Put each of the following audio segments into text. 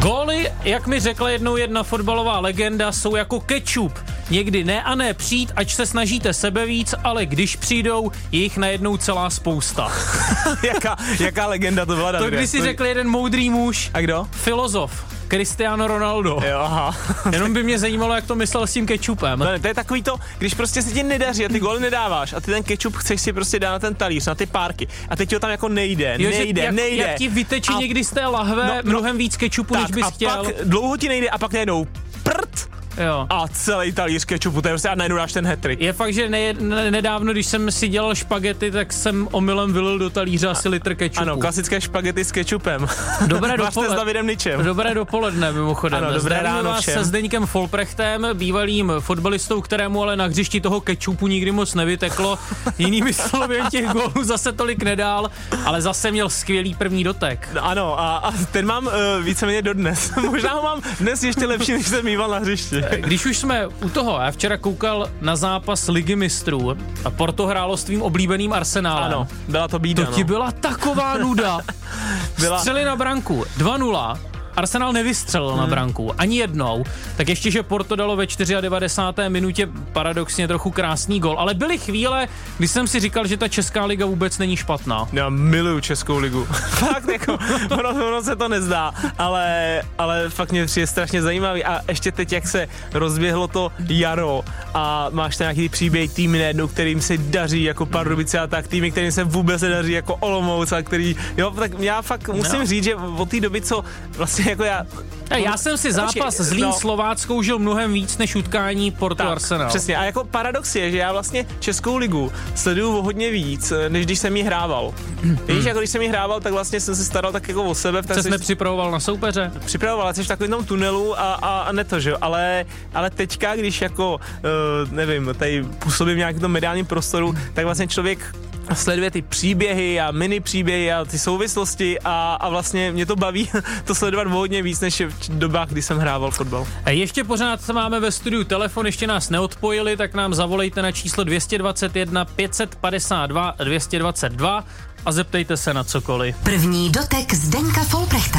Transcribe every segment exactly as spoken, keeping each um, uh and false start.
Góly, jak mi řekla jednou jedna fotbalová legenda, jsou jako kečup. Někdy ne a ne přijít, ať se snažíte sebe víc, ale když přijdou, je jich najednou celá spousta. jaká, jaká legenda to byla? To když si řekl jeden moudrý muž. A kdo? Filozof. Cristiano Ronaldo. Jo, aha. Jenom by mě zajímalo, jak to myslel s tím kečupem. No, to je takový to, když prostě se ti nedaří a ty góly nedáváš a ty ten kečup chceš si prostě dát na ten talíř, na ty párky a teď ho tam jako nejde, jo, nejde, jak, nejde. Jak ti vyteče a... někdy z té lahve no, no, mnohem víc kečupu, tak, než bys a chtěl. pak dlouho ti nejde a pak najednou prd. Jo. A celý talíř kečupu, to je prostě a najednou dáš ten hat-trick. Je fakt, že ne, ne, nedávno, když jsem si dělal špagety, tak jsem omylem vylil do talíře asi litr kečupu. Ano, klasické špagety s kečupem. Dobré dopoledne. s Davidem Ničem. Dobré dopoledne, mimochodem. Ano, dobré Zdravíme ráno vás všem. se Zdeňkem Folprechtem, bývalým fotbalistou, kterému ale na hřišti toho kečupu nikdy moc nevyteklo. Jinými slovy, těch gólů zase tolik nedál, ale zase měl skvělý první dotek. Ano, a, a ten mám uh, víceméně dodnes. Možná ho mám dnes ještě lepší, než jsem mýval na hřišti. Když už jsme u toho, já včera koukal na zápas Ligy mistrů a Porto hrálo s tvým oblíbeným Arsenálem. Ano, byla to bída. To ti no. byla taková nuda. Byla... Střeli na branku dva nula. Arsenal nevystřelil hmm. na branku ani jednou, tak ještě, že Porto dalo ve devadesáté čtvrté minutě paradoxně trochu krásný gol, ale byly chvíle, kdy jsem si říkal, že ta česká liga vůbec není špatná. Já miluju českou ligu. Fakt jako, ono, ono se to nezdá, ale, ale fakt mě přijde strašně zajímavý a ještě teď, jak se rozběhlo to jaro a máš tam nějaký příběh týmy najednou, kterým se daří jako Pardubice a tak, týmy, kterým se vůbec nedaří jako Olomouc a který, jo, tak já fakt musím no. říct, že od té doby, co vlastně jako já... A já jsem si zápas s Zlín no. Slováckou žil mnohem víc než utkání Porto tak, Arsenal. Přesně. A jako paradox je, že já vlastně českou ligu sleduju o hodně víc, než když jsem jí hrával. Hmm. Víš, jako když jsem jí hrával, tak vlastně jsem se staral tak jako o sebe. Jsi nepřipravoval na soupeře? Připravoval, jsi v takovém tom tunelu a, a, a ne to, že jo. Ale, ale teďka, když jako, uh, nevím, tady působím v nějakém tom mediálním prostoru, tak vlastně člověk sleduje ty příběhy a mini příběhy a ty souvislosti a, a vlastně mě to baví to sledovat hodně víc než v dobách, kdy jsem hrával fotbal. Ještě pořád máme ve studiu telefon, ještě nás neodpojili, tak nám zavolejte na číslo dvě dvacet jedna pět set padesát dva dvě stě dvacet dva a zeptejte se na cokoliv. První dotek Zdeňka Folprechta.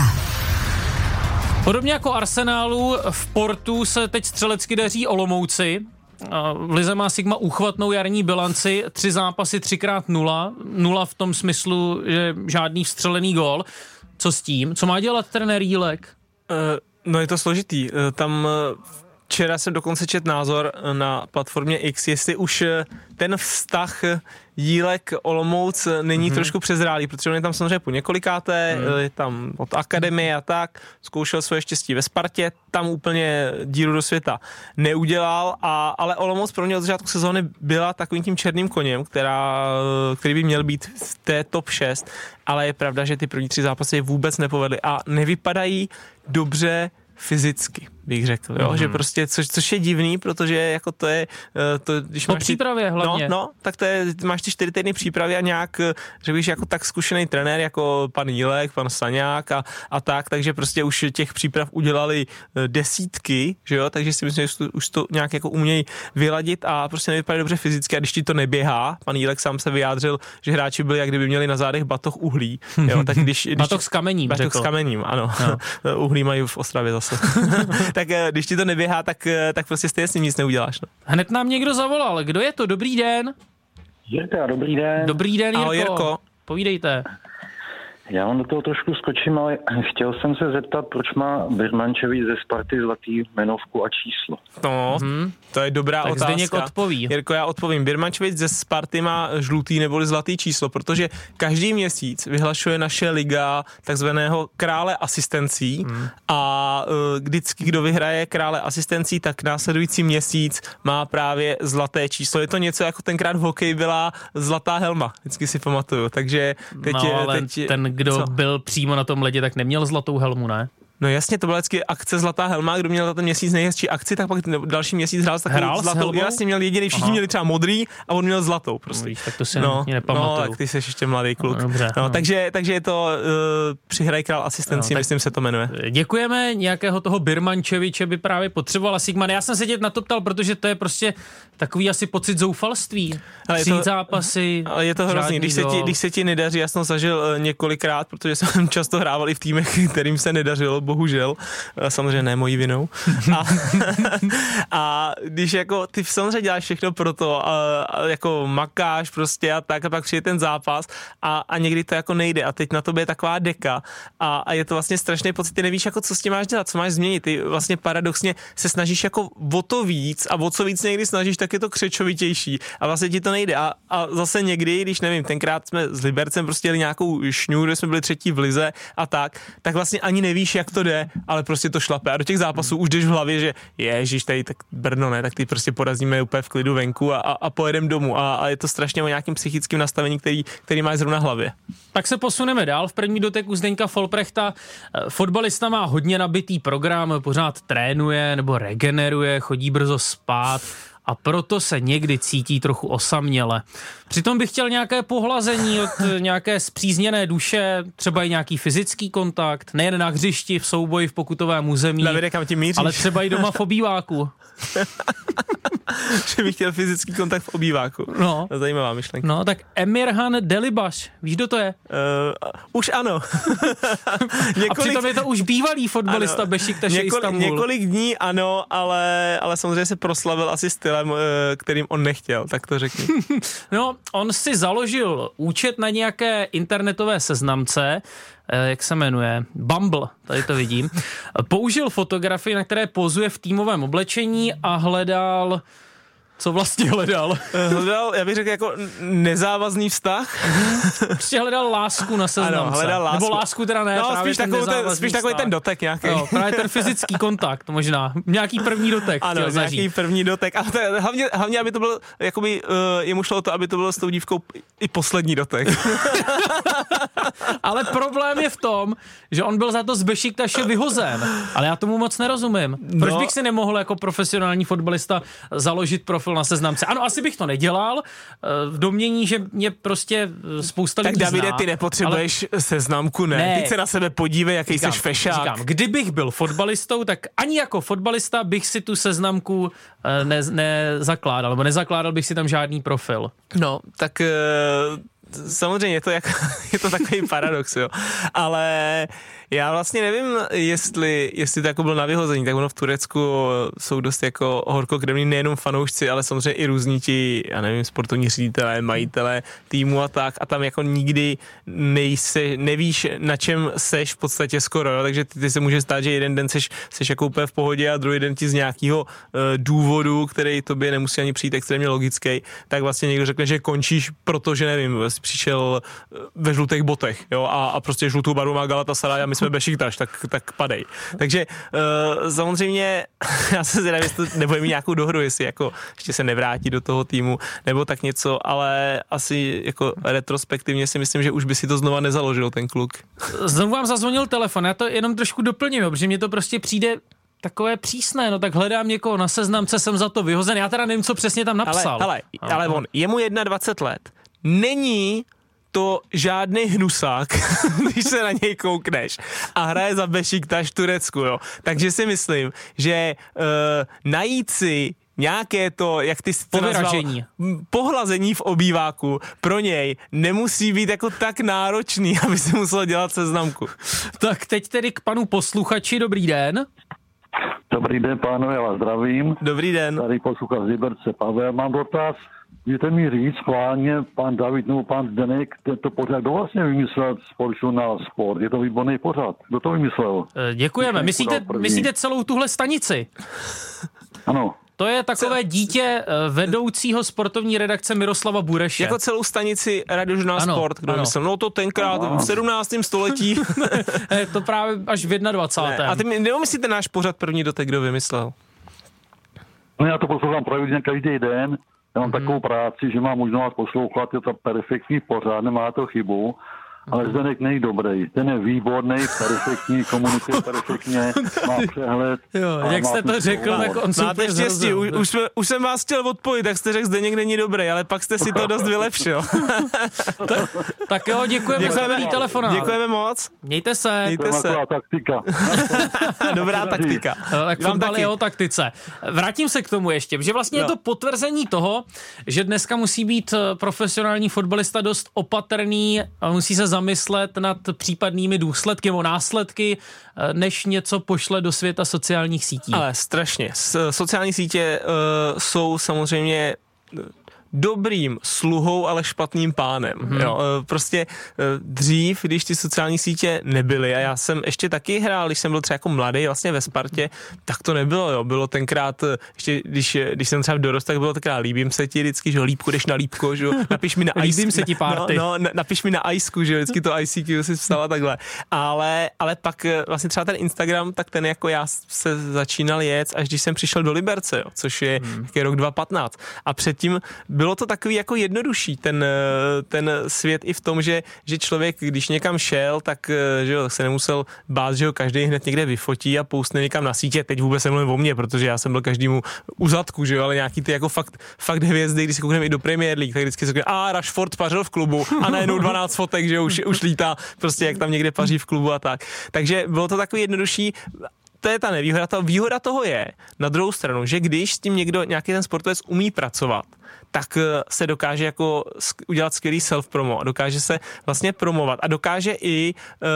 Podobně jako Arsenálu, v Portu se teď střelecky daří Olomouci. V lize má Sigma úchvatnou jarní bilanci, tři zápasy, třikrát nula. Nula v tom smyslu, že žádný vstřelený gól. Co s tím? Co má dělat trenér Jílek? Uh, no je to složitý. Uh, tam uh, včera jsem dokonce čet názor na platformě X, jestli už uh, ten vztah Jílek Olomouc není mm-hmm. trošku přezrálý, protože on je tam samozřejmě po několikáté, mm. je tam od akademie a tak, zkoušel svoje štěstí ve Spartě, tam úplně díru do světa neudělal, a, ale Olomouc pro mě od začátku sezóny byla takovým tím černým koněm, která, který by měl být v té top šest, ale je pravda, že ty první tři zápasy vůbec nepovedly a nevypadají dobře fyzicky, bych řekl, jo? Mm-hmm. Že prostě, což, což je divný, protože jako to je, to, když po máš přípravě ty, hlavně. No, no, tak to je, máš ty čtyři týdny přípravy a nějak, řekl bych, jako tak zkušený trenér, jako pan Jílek, pan Saňák a, a tak, takže prostě už těch příprav udělali desítky, že jo, takže si myslím, že už to nějak jako umějí vyladit a prostě nevypadají dobře fyzicky a když ti to neběhá, pan Jílek sám se vyjádřil, že hráči byli, jak kdyby měli na zádech batoh uhlí, jo, tak když... když batoh s kamením, batoh řekl. s kamením, ano. No. Uhlí mají v Ostravě zase. Tak když ti to neběhá, tak, tak prostě stejně s ním nic neuděláš. No. Hned nám někdo zavolal. Kdo je to? Dobrý den. Jirka, dobrý den. Dobrý den, Jirko. Ahoj, Jirko. Povídejte. Já vám do toho trošku skočím, ale chtěl jsem se zeptat, proč má Birmančevič ze Sparty zlatý jmenovku a číslo. No, mm-hmm. to je dobrá tak otázka. Zdeněk odpoví. Jirko, já odpovím. Birmančevič ze Sparty má žlutý neboli zlatý číslo, protože každý měsíc vyhlašuje naše liga takzvaného krále asistencí mm. a uh, vždycky, kdo vyhraje krále asistencí, tak následující měsíc má právě zlaté číslo. Je to něco jako tenkrát v hokeji byla zlatá helma, vždycky si pamatuju. Takže teď, no, ale teď ten, kdo co? byl přímo na tom ledě, tak neměl zlatou helmu, ne? No jasně, to byla vždycky akce Zlatá helma, kdo měl za ten měsíc nejhezčí akci, tak pak další měsíc hrál s takovou hrál zlatou. Jasně, měl jediný, všichni Aha. měli třeba modrý a on měl zlatou prostě. No, víš, tak to si no, nepamatuju. No, tak ty jsi ještě mladý kluk. No, dobře, no, no. Takže, takže je to uh, Přihraj král asistenci, no, myslím se to jmenuje. Děkujeme, nějakého toho Birmančeviče by právě potřebovala Sigma. Já jsem se tě na to ptal, protože to je prostě takový asi pocit zoufalství. Ale Přijít zápasy. Ale je to hrozný, když se, ti, když se ti nedaří, já jsem zažil uh, několikrát, protože jsem často hrával i v týmech, kterým se nedařilo, bohužel, samozřejmě ne mojí vinou. A, a když jako ty samozřejmě děláš všechno pro to, a, a jako makáš prostě a tak, a pak přijde ten zápas a, a někdy to jako nejde a teď na tobě je taková deka a, a je to vlastně strašný pocit, ty nevíš jako co s tím máš dělat, co máš změnit, ty vlastně paradoxně se snažíš jako o to víc a o co víc někdy snažíš, tak je to křečovitější a vlastně ti to nejde a, a zase někdy, když nevím, tenkrát jsme s Libercem prostě jeli nějakou šňůru, kde jsme byli třetí v lize a tak, tak vlastně ani nevíš, jak to jde, ale prostě to šlape a do těch zápasů už jdeš v hlavě, že ježiš, tady tak Brno, ne, tak ty prostě porazíme úplně v klidu venku a, a, a pojedem domů a, a je to strašně o nějakým psychickým nastavení, který, který máš zrovna v hlavě. Tak se posuneme dál. V první dotek u Zdeňka Folprechta. Fotbalista má hodně nabitý program, pořád trénuje nebo regeneruje, chodí brzo spát a proto se někdy cítí trochu osaměle. Přitom bych chtěl nějaké pohlazení od nějaké spřízněné duše, třeba i nějaký fyzický kontakt, nejen na hřišti, v souboji, v pokutovém území, Davide, kam ti míříš? ale třeba i doma v obýváku. Že bych chtěl fyzický kontakt v obýváku. No. Zajímavá myšlenka. No, tak Emirhan Delibaš, víš, kdo to je? Uh, už ano. několik... A přitom je to už bývalý fotbalista Bešiktaše Několik, Istanbul. Několik dní ano, ale, ale samozřejmě se proslavil asi stylem, kterým on nechtěl, tak to řekni. No, on si založil účet na nějaké internetové seznamce, jak se jmenuje, Bumble, tady to vidím. Použil fotografii, na které pozuje v týmovém oblečení a hledal... Co vlastně hledal? Hledal, já bych řekl, jako nezávazný vztah. Prostě hledal lásku na seznamce. Ano, hledal lásku. Nebo lásku teda ne, no, právě spíš ten takový ten, nezávazný spíš takový vztah. ten dotek nějaký. Jo, právě ten fyzický kontakt možná. Nějaký první dotek ano, chtěl zažít. nějaký první dotek. A to, hlavně, hlavně, aby to bylo, jakoby, uh, jemu šlo o to, aby to bylo s tou dívkou i poslední dotek. Ale problém je v tom, že on byl za to z Bešiktaše vyhozen. Ale já tomu moc nerozumím. Proč no. bych si nemohl jako profesionální fotbalista založit profil na seznamce? Ano, asi bych to nedělal, v domnění, že mě prostě spousta lidí tak Davide, zná, ty nepotřebuješ ale... seznamku, ne? ne. Teď se na sebe podívej, jaký říkám, jsi fešák. Říkám, kdybych byl fotbalistou, tak ani jako fotbalista bych si tu seznamku ne, nezakládal, nebo nezakládal bych si tam žádný profil. No, tak... Uh... Samozřejmě je to, jak, je to takový paradox, jo. Ale já vlastně nevím, jestli, jestli to jako bylo na vyhození, tak ono v Turecku jsou dost jako horkokrevní nejenom fanoušci, ale samozřejmě i různí ti, já nevím, sportovní ředitelé, majitelé týmu a tak a tam jako nikdy nejse, nevíš, na čem seš v podstatě skoro, jo. Takže ty, ty se může stát, že jeden den seš, seš jako úplně v pohodě a druhý den ti z nějakého uh, důvodu, který tobě nemusí ani přijít extrémně logický, tak vlastně někdo řekne, že končíš, protože nevím, přišel ve žlutých botech, jo, a, a prostě žlutou barvu má Galatasaray a my jsme Bešiktaš, tak, tak padej. Takže uh, samozřejmě já se zvědavím, jestli to nebude mít nějakou dohru, jestli jako ještě se nevrátí do toho týmu, nebo tak něco, ale asi jako retrospektivně si myslím, že už by si to znova nezaložil ten kluk. Znovu vám zazvonil telefon, já to jenom trošku doplním, jo, protože mně to prostě přijde takové přísné, no tak hledám někoho na seznamce, jsem za to vyhozen, já teda nevím, co přesně tam napsal. Ale, ale, ale on, je mu dvacet jedna let, není to žádný hnusák, když se na něj koukneš a hraje za Bešiktaš v Turecku, jo. Takže si myslím, že uh, najít si nějaké to, jak ty jsi to nazval, pohlazení v obýváku pro něj nemusí být jako tak náročný, aby si musel dělat seznamku. Tak teď tedy k panu posluchači, dobrý den. Dobrý den, pánové, já vás zdravím. Dobrý den. Tady posluchač z Liberce Pavel, mám dotaz. Můžete mi říct plánně, pan David nebo pan Zdeněk, tento pořad, kdo vlastně vymyslel společnou na sport? Je to výborný pořad. Kdo to vymyslel? Děkujeme. Myslíte, myslíte celou tuhle stanici? Ano. To je takové dítě vedoucího sportovní redakce Miroslava Bureše. Jako celou stanici Radiožurnál Sport, kdo myslel? No to tenkrát ano. v sedmnáctém století. Je to právě až v dvacátém prvním. Ne. A ty mi nemyslíte náš pořad první dotek, kdo vymyslel? No já to poslouchám pravidelně každý den. Já mám hmm. takovou práci, že mám možnost poslouchat, je to perfektní pořád, nemá to chybu. Ale Zdeněk není dobrý. Ten je výborný, perfektní, komunikuje perfektně, má přehled. Jo, jak jste to řekl, tak on super máte štěstí, už, už, jsme, už jsem vás chtěl odpojit, tak jste řekl, Zdeněk není dobrý, ale pak jste si to dost vylepšil. tak, tak jo, děkujeme, děkujeme za telefonát. Děkujeme moc. Mějte se. Mějte se. Dobrá taktika. Dobrá taktika. Tak fotbal je o taktice. Vrátím se k tomu ještě, že vlastně no. je to potvrzení toho, že dneska musí být profesionální fotbalista dost opatrný a musí se zamyslet nad případnými důsledky nebo následky, než něco pošle do světa sociálních sítí. Ale strašně. Sociální sítě uh, jsou samozřejmě dobrým sluhou, ale špatným pánem. Hmm. Jo, prostě dřív, když ty sociální sítě nebyly, a já jsem ještě taky hrál, když jsem byl třeba jako mladý vlastně ve Spartě, tak to nebylo, jo. Bylo tenkrát, ještě když, když jsem třeba dorost, tak bylo tenkrát líbím se ti vždycky, že líbko, jdeš na líbko, že napiš mi na ice, líbím se ti party. No, no, napiš mi na iceku, že vždycky to I C Q si vstala takhle. Ale, ale pak vlastně třeba ten Instagram, tak ten jako já se začínal jet, až když jsem přišel do Liberce, jo, což je hmm. rok dva tisíce patnáct. A předtím bylo to takový jako jednodušší, ten, ten svět i v tom, že, že člověk, když někam šel, tak že jo, se nemusel bát, že ho každý hned někde vyfotí a poustne někam na sítě. Teď vůbec se mluvím o mně, protože já jsem byl každému u zadku, že jo, ale nějaký ty jako fakt, fakt hvězdy, když se koukneme i do Premier League, tak vždycky se řekne, a Rashford pařil v klubu a najednou dvanáct fotek, že už, už lítá prostě jak tam někde paří v klubu a tak. Takže bylo to takový jednodušší. To je ta nevýhoda. Ta výhoda toho je na druhou stranu, že když s tím někdo, nějaký ten sportovec umí pracovat, tak se dokáže jako udělat skvělý self-promo a dokáže se vlastně promovat a dokáže i uh,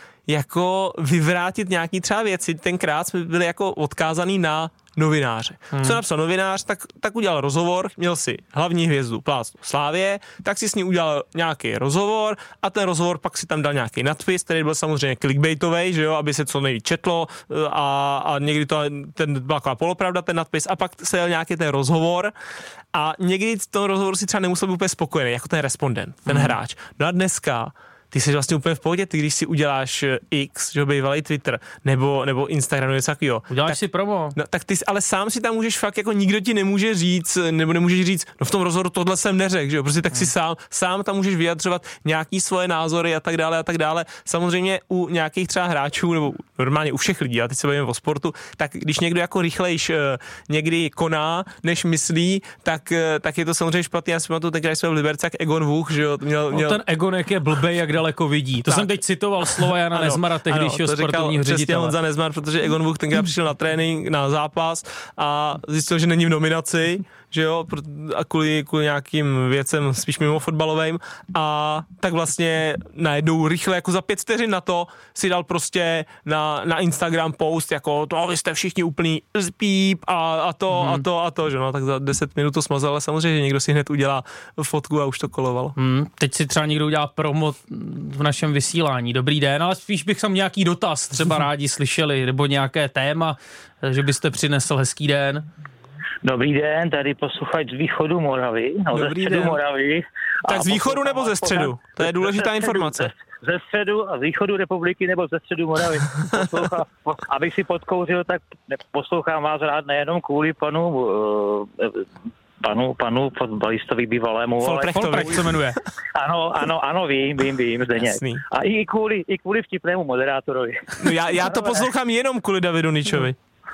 jako vyvrátit nějaký třeba věci. Tenkrát jsme byli jako odkázaný na novináře. Hmm. Co napsal novinář, tak, tak udělal rozhovor, měl si hlavní hvězdu Plástu Slávie, tak si s ní udělal nějaký rozhovor a ten rozhovor pak si tam dal nějaký nadpis, který byl samozřejmě clickbaitovej, že jo, aby se co nejvíc četlo a, a někdy to ten byla taková polopravda ten nadpis a pak se jel nějaký ten rozhovor a někdy v tom rozhovoru si třeba nemusel být úplně spokojený, jako ten respondent, ten hmm. hráč. No a dneska ty jsi vlastně úplně v pohodě, ty když si uděláš X, že bývalý Twitter, nebo, nebo Instagram, nebo něco takového. Uděláš tak, si promo. No, tak ty, ale sám si tam můžeš fakt, jako nikdo ti nemůže říct, nebo nemůžeš říct, no v tom rozhovoru tohle jsem neřekl, že jo, prostě tak hmm. si sám, sám tam můžeš vyjadřovat nějaký svoje názory a tak dále a tak dále. Samozřejmě u nějakých třeba hráčů, nebo normálně u všech lidí, a teď se bavíme o sportu, tak když někdo jako rychlejš někdy koná, než myslí, tak, tak je to samozřejmě špatný. Já si pamatuju, tenkrát jsme v Liberci, jak Egon Vůch, že jo, měl, měl... No, ten Egon, jak je blbej, jak daleko vidí. To tak. Jsem teď citoval slova Jana ano, Nezmara, tehdejšího sportovního ředitele. Honza Nezmar, protože Egon Vůch tenkrát přišel na trénink, na zápas a zjistil, že není v nominaci, že jo, a kvůli, kvůli nějakým věcem spíš mimo fotbalovým a tak vlastně najednou rychle jako za pět vteřin na to si dal prostě na, na Instagram post jako to vy jste všichni úplný píp a, a to hmm. a to a to, že no, tak za deset minut to smazal, ale samozřejmě, že někdo si hned udělá fotku a už to kolovalo. Hmm. Teď si třeba někdo udělá promo v našem vysílání. Dobrý den, ale spíš bych sam nějaký dotaz třeba rádi slyšeli, nebo nějaké téma, že byste přinesl. Hezký den. Dobrý den, tady posluchač z východu Moravy. No, Dobrý ze středu den. Moravy. Tak z východu nebo ze středu? To je důležitá ze informace. Ze, ze středu a z východu republiky nebo ze středu Moravy. Poslouchám, abych si podkouřil, tak poslouchám vás rád nejenom kvůli panu uh, panu, panu fotbalistovi bývalému. Folprechtovi se jmenuje. Ano, ano, ano, vím, vím, vím, Zdeněk. A i kvůli, i kvůli vtipnému moderátorovi. No já, já to poslouchám jenom kvůli Davidu Ničovi.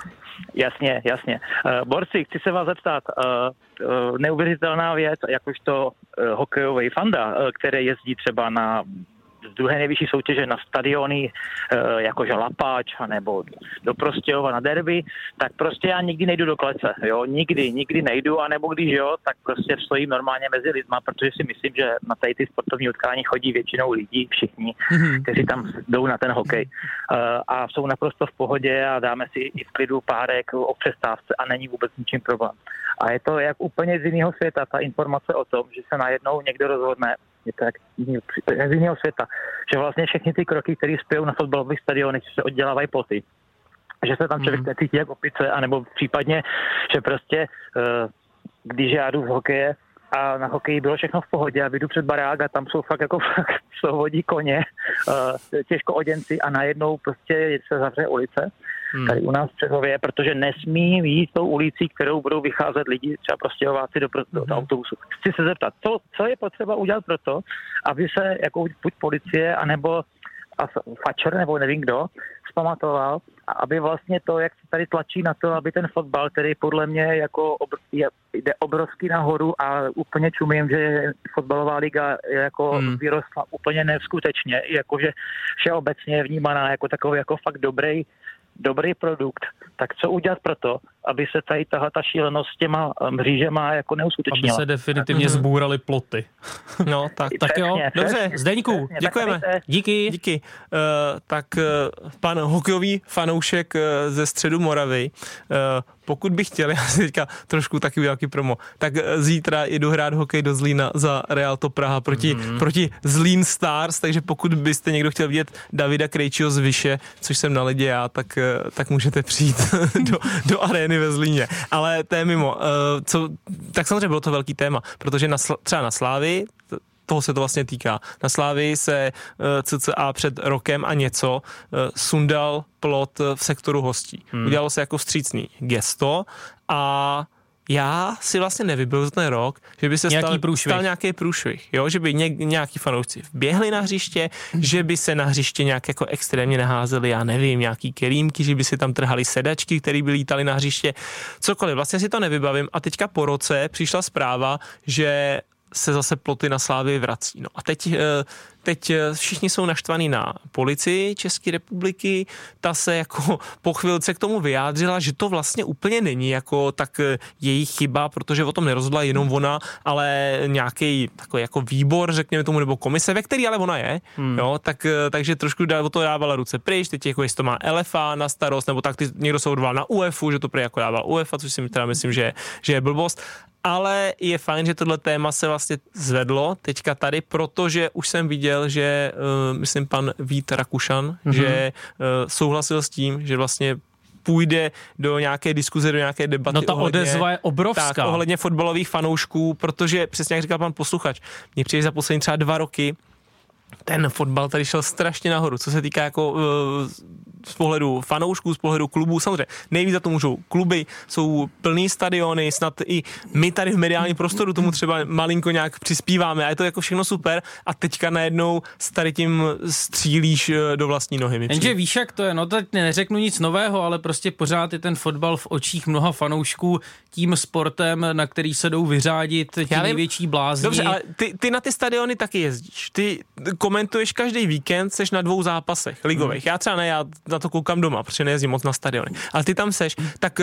Jasně, jasně. Uh, borci, chci se vás zeptat, uh, uh, neuvěřitelná věc, jakožto uh, hokejový fanda, uh, který jezdí třeba na z druhé nejvyšší soutěže na stadiony, uh, jakože Lapáč, nebo do Prostějova na derby, tak prostě já nikdy nejdu do klece, jo, nikdy, nikdy nejdu, anebo když jo, tak prostě stojím normálně mezi lidma, protože si myslím, že na tady ty sportovní utkání chodí většinou lidí, všichni, mm-hmm. kteří tam jdou na ten hokej uh, a jsou naprosto v pohodě a dáme si i v klidu párek o přestávce a není vůbec ničím problém. A je to jak úplně z jiného světa, ta informace o tom, že se najednou někdo rozhodne, je to jak z jiného světa, že vlastně všechny ty kroky, které spějou na fotbalových stadionech, se oddělávají ploty, že se tam člověk mm. necítí jak opice, anebo případně, že prostě, když já jdu v hokeje a na hokeji bylo všechno v pohodě a vyjdu před barák a tam jsou fakt jako slovodí koně, těžko oděnci a najednou prostě se zavře ulice, Hmm. tady u nás v Přehově, protože nesmí jít tou ulicí, kterou budou vycházet lidi, třeba prostě ováci do, do, do autobusu. Chci se zeptat, co, co je potřeba udělat pro to, aby se jako buď policie, anebo a fačer, nebo nevím kdo, zpamatoval, aby vlastně to, jak se tady tlačí na to, aby ten fotbal, který podle mě jako obr, je, jde obrovský nahoru a úplně čumím, že fotbalová liga jako hmm. vyrostla úplně neskutečně, jakože všeobecně je vnímaná jako takový jako fakt dobrý dobrý produkt, tak co udělat pro to, aby se tady tahle ta šílenost s těma mřížema jako neuskutečnila. Aby se definitivně zbůraly ploty. No, tak, tak jo, dobře, Zdeňku, přesně, děkujeme. Díky. Díky. Uh, tak uh, pan hokejový fanoušek uh, ze středu Moravy, uh, pokud bych chtěl, já si teďka trošku taky nějaký promo, tak zítra jdu hrát hokej do Zlína za Real Top Praha proti, mm. proti Zlín Stars, takže pokud byste někdo chtěl vidět Davida Krejčího z Vyše, což jsem na ledě já, tak, tak můžete přijít do, do arény ve Zlíně. Ale to je mimo. Co, tak samozřejmě bylo to velký téma, protože na, třeba na Slávii, toho se to vlastně týká. Na Slávii se C C A před rokem a něco sundal plot v sektoru hostí. Hmm. Udělalo se jako vstřícný gesto a já si vlastně nevybil za ten rok, že by se nějaký stal, stal nějaký průšvih, jo? Že by ně, nějaký fanoušci vběhli na hřiště, že by se na hřiště nějak jako extrémně naházeli, já nevím, nějaký kelímky, že by si tam trhali sedačky, které by lítali na hřiště, cokoliv. Vlastně si to nevybavím a teďka po roce přišla zpráva, že se zase ploty na Slávii vrací. No a teď, teď všichni jsou naštvaní na policii České republiky, ta se jako po chvilce k tomu vyjádřila, že to vlastně úplně není jako tak její chyba, protože o tom nerozhodla jenom ona, ale nějaký takový jako výbor, řekněme tomu, nebo komise, ve který ale ona je, hmm. jo, tak, takže trošku o to dávala ruce pryč, teď jako jestli to má L F A na starost, nebo tak ty, někdo se odvolal na U E F U, že to prý jako dával U E F A, což si teda myslím, že, že je blbost. Ale je fajn, že tohle téma se vlastně zvedlo teďka tady, protože už jsem viděl, že uh, myslím pan Vít Rakušan, mm-hmm. že uh, souhlasil s tím, že vlastně půjde do nějaké diskuze, do nějaké debaty. No ta ohledně, odezva je obrovská. Tak, ohledně fotbalových fanoušků, protože přesně jak říkal pan posluchač, mně přijde za poslední třeba dva roky, ten fotbal tady šel strašně nahoru, co se týká jako uh, z pohledu fanoušků, z pohledu klubů, samozřejmě nejvíc za to můžou kluby, jsou plný stadiony, snad i my tady v mediálním prostoru tomu třeba malinko nějak přispíváme a je to jako všechno super a teďka najednou s tady tím střílíš do vlastní nohy. Jenže víš, jak to je, no teď neřeknu nic nového, ale prostě pořád je ten fotbal v očích mnoha fanoušků tím sportem, na který se jdou vyřádit ti největší blázni. Dobře, ale ty, ty na ty stadiony taky jezdíš. Ty komentuješ každý víkend, seš na dvou zápasech ligových. Hmm. Já třeba ne, já na to koukám doma, protože nejezdím moc na stadiony. Ale ty tam seš, tak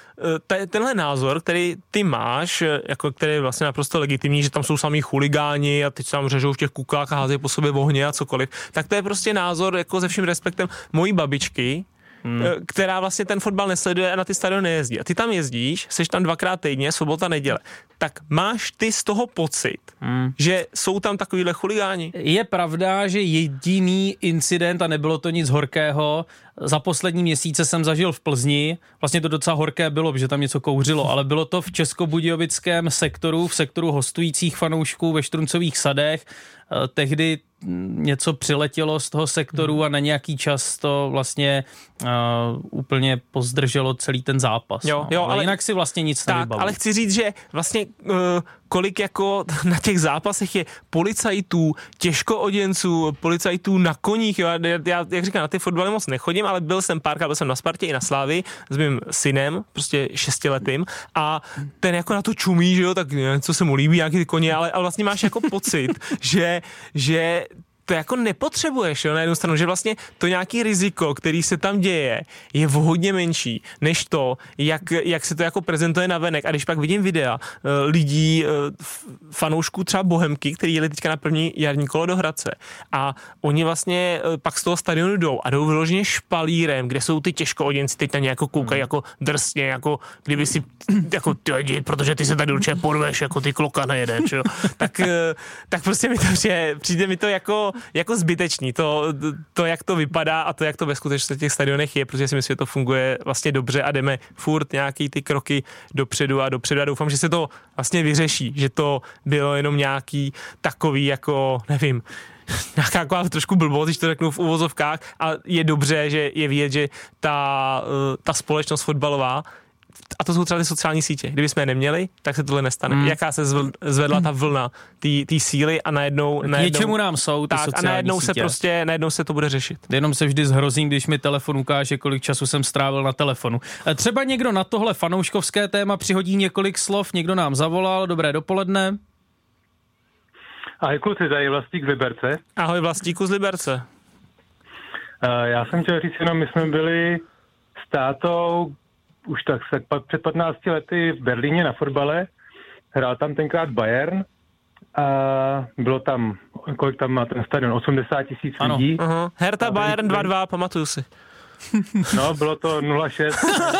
t- tenhle názor, který ty máš, jako který je vlastně naprosto legitimní, že tam jsou samý chuligáni a teď se tam řežou v těch kuklách a házejí po sobě ohně a cokoliv, tak to je prostě názor, jako se vším respektem mojí babičky, Hmm. která vlastně ten fotbal nesleduje a na ty stadiony nejezdí. A ty tam jezdíš, seš tam dvakrát týdně, sobota, neděle. Tak máš ty z toho pocit, hmm. že jsou tam takovýhle chuligáni? Je pravda, že jediný incident, a nebylo to nic horkého, za poslední měsíce jsem zažil v Plzni, vlastně to docela horké bylo, protože tam něco kouřilo, ale bylo to v českobudějovickém sektoru, v sektoru hostujících fanoušků ve Štruncových sadech. Tehdy něco přiletělo z toho sektoru a na nějaký čas to vlastně uh, úplně pozdrželo celý ten zápas. Jo, jo, ale, ale jinak si vlastně nic tak, nevybavu. Ale chci říct, že vlastně uh, kolik jako na těch zápasech je policajtů, těžkooděnců, policajtů na koních, jo, já, já jak říkám, na ty fotbaly moc nechodím, ale byl jsem párkrát, byl jsem na Spartě i na Slávii s mým synem, prostě šestiletým a ten jako na to čumí, že jo, tak co se mu líbí, nějaký ty koně, ale, ale vlastně máš jako pocit, že, že to jako nepotřebuješ, jo, na jednu stranu, že vlastně to nějaký riziko, který se tam děje, je hodně menší, než to, jak, jak se to jako prezentuje na venek. A když pak vidím videa uh, lidí, uh, fanoušků třeba Bohemky, který jeli teďka na první jarní kolo do Hradce a oni vlastně uh, pak z toho stadionu jdou a jdou vyloženě špalírem, kde jsou ty těžkooděnci, teď na ně jako koukají jako drsně, jako kdyby si jako ty, protože ty se tady určitě porveš, jako ty kloka nejedeš, jo. Tak, uh, tak prostě mi to přijde, přijde mi to jako jako zbytečný, to, to, jak to vypadá a to, jak to ve skutečnosti v těch stadionech je, protože si myslím, že to funguje vlastně dobře a jdeme furt nějaký ty kroky dopředu a dopředu a doufám, že se to vlastně vyřeší, že to bylo jenom nějaký takový jako, nevím, nějaká taková trošku blbost, když to řeknu v uvozovkách a je dobře, že je vidět, že ta, ta společnost fotbalová, a to jsou třeba ty sociální sítě. Kdyby jsme je neměli, tak se tohle nestane. Mm. Jaká se zvedla ta vlna té síly a najednou... najednou něčemu nám jsou ty tak, sociální a najednou sítě. se prostě, najednou se to bude řešit. Jenom se vždy zhrozím, když mi telefon ukáže, kolik času jsem strávil na telefonu. Třeba někdo na tohle fanouškovské téma přihodí několik slov, někdo nám zavolal, dobré dopoledne. Ahoj kluci, tady Vlastík z Liberce. Ahoj Vlastíku z Liberce. Uh, já jsem chtěl říct jenom, my jsme byli s tátou už tak se před patnácti lety v Berlíně na fotbale. Hrál tam tenkrát Bayern a bylo tam, kolik tam má ten stadion, osmdesát tisíc lidí. Uh-huh. Hertha Bayern dva dva, pamatuju si. No, bylo to nula šest.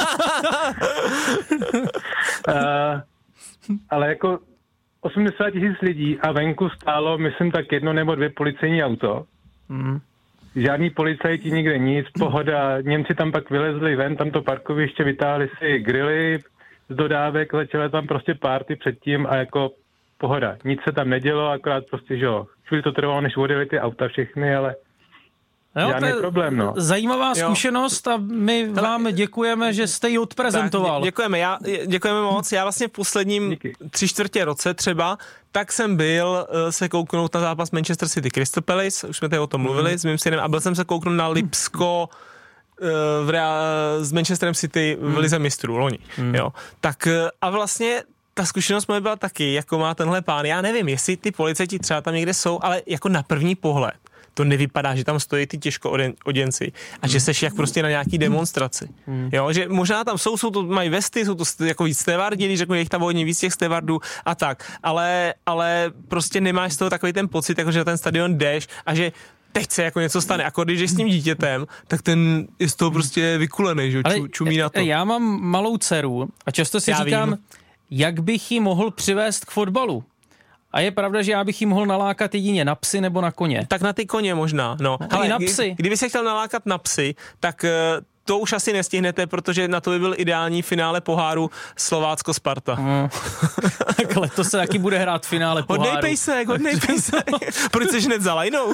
uh, ale jako osmdesát tisíc lidí a venku stálo, myslím, tak jedno nebo dvě policejní auto. Mm. Žádný policajti nikde nic, pohoda. Němci tam pak vylezli ven, tam to parkoviště, vytáhli si grily z dodávek, začaly tam prostě party předtím a jako pohoda. Nic se tam nedělo, akorát prostě, že jo, chvíli to trvalo, než odjeli ty auta všechny, ale jo, žádný problém, no. Zajímavá jo. zkušenost a my Tele... vám děkujeme, že jste ji odprezentoval. Tak, děkujeme, já, děkujeme moc. Já vlastně v posledním Díky. tři čtvrtě roce třeba, tak jsem byl uh, se kouknout na zápas Manchester City Crystal Palace, už jsme tady o tom mluvili mm. s mým synem, a byl jsem se kouknout na Lipsko uh, v Real, s Manchesterem City v mm. Lize mistrů loni. Mm. Jo. Tak uh, a vlastně ta zkušenost moje byla taky, jako má tenhle pán. Já nevím, jestli ty policajti třeba tam někde jsou, ale jako na první pohled to nevypadá, že tam stojí ty těžko oděnci a že seš jak prostě na nějaký demonstraci. Hmm. Jo, že možná tam jsou, jsou to, mají vesty, jsou to jako víc stevardi, když řeknu, je jich tam hodně víc těch stevardů a tak, ale, ale prostě nemáš z toho takový ten pocit, jako že na ten stadion jdeš a že teď se jako něco stane, jako když jsi s tím dítětem, tak ten je z toho prostě vykulený, že Ču, čumí na to. Já mám malou dceru a často si já říkám, vím. jak bych ji mohl přivést k fotbalu. A je pravda, že já bych jí mohl nalákat jedině na psy nebo na koně. Tak na ty koně možná, no. no ale na psy. Kdy, kdyby se chtěl nalákat na psy, tak to už asi nestihnete, protože na to by byl ideální finále poháru Slovácko-Sparta. Mm. Tak letos se taky bude hrát finále poháru. Hodnej pejsek, hodnej pejsek. Proč jsi hned za lajnou?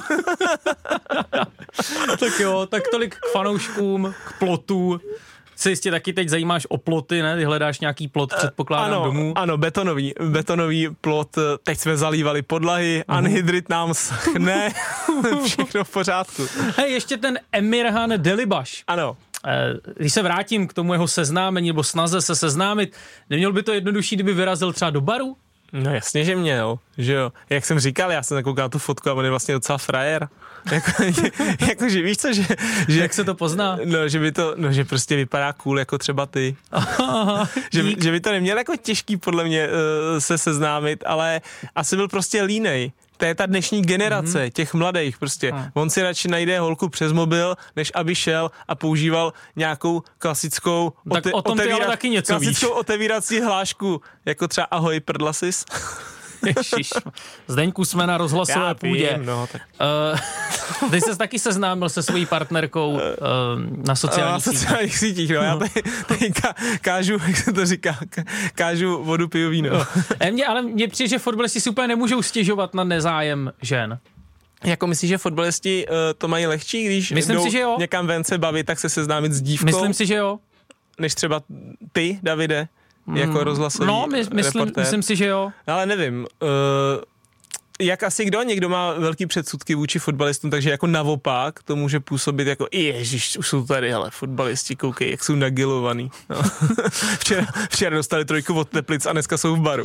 Tak jo, tak tolik k fanouškům, k plotu. Se jistě taky teď zajímáš o ploty, ne? Ty hledáš nějaký plot, předpokládám, ano, domů. Ano, betonový, betonový plot. Teď jsme zalívali podlahy, uh-huh. anhydrit nám schne, všechno v pořádku. Hej, ještě ten Emirhan Delibaš. Ano. Když se vrátím k tomu jeho seznámení, nebo snaze se seznámit, neměl by to jednodušší, kdyby vyrazil třeba do baru? No jasně, že měl, že jo. Jak jsem říkal, já jsem nakoukal tu fotku a on je vlastně docela frajer. jako, jako, že víš co, že, že... Jak se to pozná? No, že by to, no, že prostě vypadá cool jako třeba ty. Aha, že, by, že by to neměl jako těžký podle mě uh, se seznámit, ale asi byl prostě línej. To je ta dnešní generace mm-hmm. těch mladých prostě. Hmm. On si radši najde holku přes mobil, než aby šel a používal nějakou klasickou tak ote- o tom otevírat, taky něco klasickou víš. otevírací hlášku, jako třeba ahoj prdlasis. Ježiš. Zdeňku, jsme na rozhlasové Já půdě. Vím, no, tak. Uh, ty ses taky seznámil se svojí partnerkou uh, na sociálních sítích. Na sociálních sítích, no. Já tady, tady ká, kážu, jak se to říká, kážu vodu, piju víno. No. Mě, ale mně přijde, že fotbalisti si úplně nemůžou stěžovat na nezájem žen. Jako myslíš, že fotbalisti uh, to mají lehčí, když Myslím jdou si, že jo. někam ven se bavit, tak se seznámit s dívkou? Myslím si, že jo. Než třeba ty, Davide? Jako rozhlasový No, my, myslím, myslím si, že jo. Ale nevím, uh, jak asi kdo, někdo má velký předsudky vůči fotbalistům, takže jako naopak to může působit jako ježiš, už jsou tady, hele, fotbalisti, koukej, jak jsou nagilovaný. No. včera, včera dostali trojku od Teplic a dneska jsou v baru.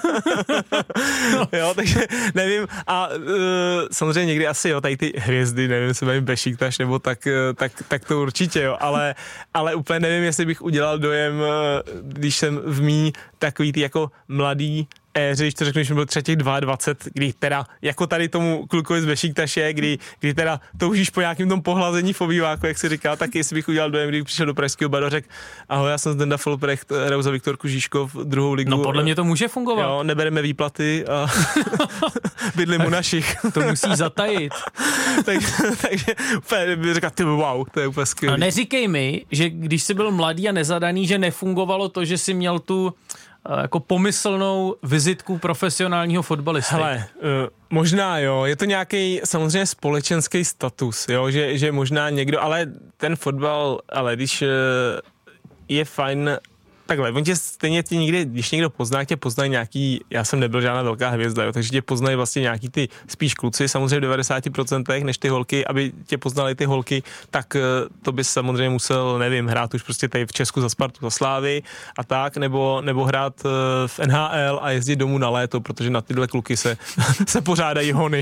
no. Jo, takže nevím a uh, samozřejmě někdy asi jo, tady ty hvězdy, nevím, jestli mají Bešiktaš nebo tak, tak, tak to určitě jo, ale, ale úplně nevím, jestli bych udělal dojem, když jsem v mý takový ty jako mladý éři, když to řeknu, že byl třeba těch dvacet dva, kdy teda, jako tady tomu klukovi z Bešiktaše, kdy, kdy teda toužíš po nějakým tom pohlazení v obýváku, jak si říkal, tak jestli bych udělal dojem, když přišel do pražského baru a řekl, ahoj, já jsem Zdenda Folprecht, hraju za Viktorku Žižkov, druhou ligu. No podle mě to může fungovat. Jo, nebereme výplaty a bydlím u našich. To musí zatajit. tak, takže úplně bych řekl, ty wow, to je úplně skvělý. A neříkej mi, že když jsi byl mladý a nezadaný, že nefungovalo to, že jsi měl tu jako pomyslnou vizitku profesionálního fotbalisty. Hele, uh, možná jo, je to nějaký samozřejmě společenský status, jo, že, že možná někdo, ale ten fotbal, ale když uh, je fajn, takhle, on tě stejně tě někdy, když někdo pozná, tě poznají nějaký, já jsem nebyl žádná velká hvězda, jo, takže tě poznají vlastně nějaký ty spíš kluci, samozřejmě v devadesát procent než ty holky, aby tě poznali ty holky, tak to bys samozřejmě musel, nevím, hrát už prostě tady v Česku za Spartu, za Slávy a tak, nebo, nebo hrát v N H L a jezdit domů na léto, protože na tyhle kluky se, se pořádají hony.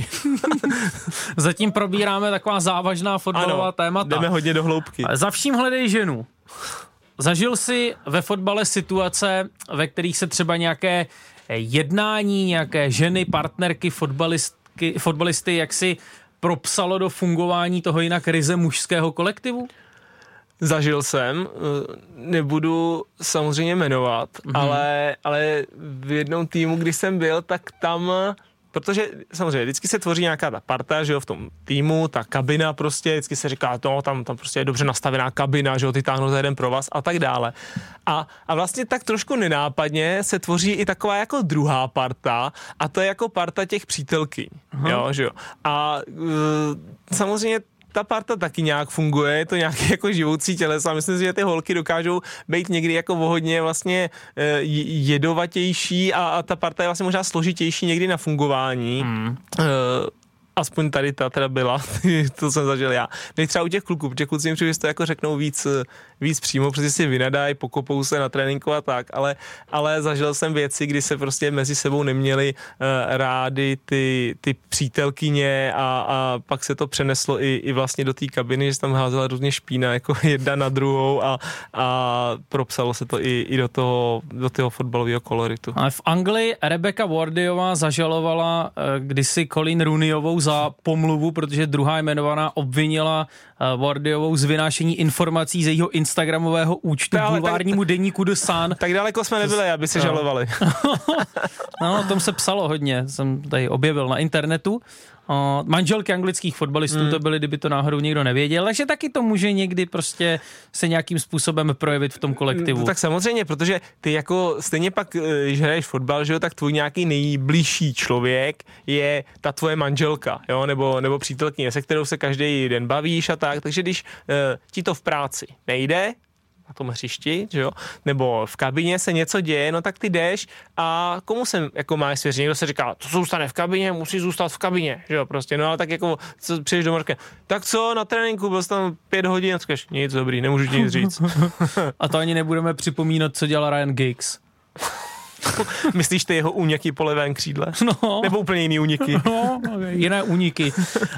Zatím probíráme taková závažná fotbalová ano, témata. Jdeme hodně do hloubky. Ale za vším hledej ženu. Zažil jsi ve fotbale situace, ve kterých se třeba nějaké jednání, nějaké ženy, partnerky, fotbalistky, fotbalisty, jak si propsalo do fungování toho jinak ryze mužského kolektivu? Zažil jsem, nebudu samozřejmě jmenovat, mm-hmm. ale, ale v jednom týmu, kdy jsem byl, tak tam, protože samozřejmě vždycky se tvoří nějaká ta parta, že jo, v tom týmu, ta kabina prostě, vždycky se říká, to, tam, tam prostě je dobře nastavená kabina, že jo, ty táhnou za jeden provaz a tak dále. A, a vlastně tak trošku nenápadně se tvoří i taková jako druhá parta a to je jako parta těch přítelkyň, jo, že jo. A e, samozřejmě ta parta taky nějak funguje, je to nějaké jako živoucí tělesa. Myslím si, že ty holky dokážou být někdy jako hodně vlastně jedovatější a, a ta parta je vlastně možná složitější někdy na fungování. Hmm. Uh, aspoň tady ta teda byla, to jsem zažil já. Než třeba u těch kluků, protože kluci jim to jako řeknou víc, víc přímo, protože si vynadají, pokopou se na tréninku a tak, ale, ale zažil jsem věci, kdy se prostě mezi sebou neměli uh, rády ty, ty přítelkyně a, a pak se to přeneslo i, i vlastně do té kabiny, že se tam házela různě špína jako jedna na druhou a, a propsalo se to i, i do toho, do toho fotbalového koloritu. Ale v Anglii Rebecca Wardyová zažalovala uh, kdysi Colleen Rooneyovou za pomluvu, protože druhá jmenovaná obvinila uh, Wardyovou z vynášení informací z jejího instagramového účtu bulvárnímu deníku The Sun. Tak daleko jsme nebyli, aby se žalovali. No, o tom se psalo hodně, jsem tady objevil na internetu. Uh, manželky anglických fotbalistů hmm. to byly, kdyby to náhodou někdo nevěděl, takže taky to může někdy prostě se nějakým způsobem projevit v tom kolektivu. No, tak samozřejmě, protože ty jako stejně pak, když hraješ fotbal, že jo, tak tvůj nějaký nejbližší člověk je ta tvoje manželka, jo, nebo, nebo přítelkyně, se kterou se každý den bavíš a tak, takže když uh, ti to v práci nejde, na tom hřišti, že jo, nebo v kabině se něco děje, no tak ty jdeš a komu se jako máš svěřit? Někdo se říká, to zůstane v kabině, musí zůstat v kabině, že jo, prostě, no ale tak jako co, přijdeš do Marka, tak co, na tréninku, byl jsi tam pět hodin a říkáš, nic, dobrý, nemůžu ti nic říct. A to ani nebudeme připomínat, co dělal Ryan Giggs. Myslíš ty jeho úniky po levém křídle? No. Nebo úplně jiný úniky? No, jiné úniky.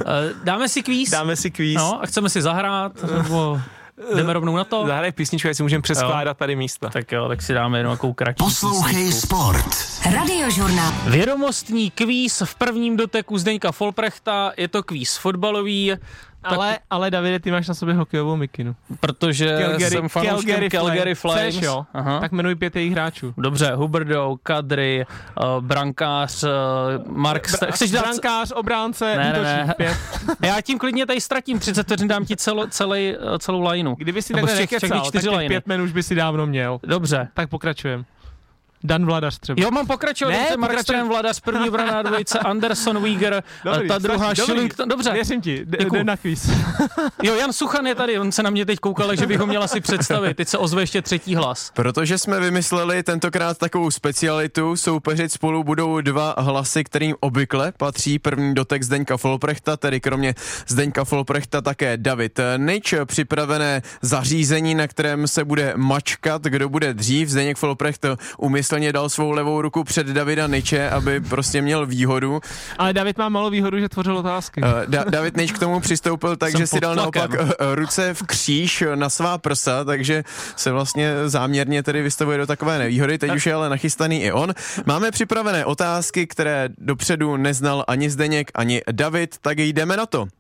Dáme si kvíz? Dáme si kvíz. No, a chceme si zahrát, nebo... Jdeme rovnou na to? Zahraj písničku, ať si můžeme přeskládat tady místa. Tak jo, tak si dáme jenom takovou kratší Poslouchej písničku. Sport. Radiožurnál. Vědomostní kvíz v prvním doteku Zdeňka Folprechta, je to kvíz fotbalový. Ale, tak, ale Davide, ty máš na sobě hokejovou mikinu. Protože Calgary, jsem fanouškem Calgary, Calgary Flames. Chceš, jo? Aha. Tak jmenuj pět jejich hráčů. Dobře, Huberdeau, Kadri, uh, brankář, uh, Mark... Bra- Chceš dát... Brankář, obránce, ne, útočník, ne, ne. pět. Já tím klidně tady ztratím třicet vteřin, dám ti celo, celý, celou lajnu. Kdyby si takhle nekecal, tak těch pět minut už by si dávno měl. Dobře. Tak pokračujem. Dan Vladař třeba. Jo, mám pokračovat. Ne, Markström, Vladař, první obrana dvojice, Anderson, Weiger, dobrý, ta druhá Shillington. Dobře. Věřím ti, jde na kvíz. Jo, Jan Suchan je tady, on se na mě teď koukal, že bych ho měla si představit. Teď se ozve ještě třetí hlas. Protože jsme vymysleli tentokrát takovou specialitu, soupeřit spolu budou dva hlasy, kterým obvykle patří. První dotek Zdeňka Folprechta, tedy kromě Zdeňka Folprechta také David Nyč. Připravené zařízení, na kterém se bude mačkat, kdo bude dřív. Zdeněk Folprecht umyslel dal svou levou ruku před Davida Nyče, aby prostě měl výhodu. Ale David má malou výhodu, že tvořil otázky. Da- David Nyč k tomu přistoupil tak, Jsem že si dal naopak ruce v kříž na svá prsa, takže se vlastně záměrně tedy vystavuje do takové nevýhody. Teď už je ale nachystaný i on. Máme připravené otázky, které dopředu neznal ani Zdeněk, ani David, tak jdeme na to.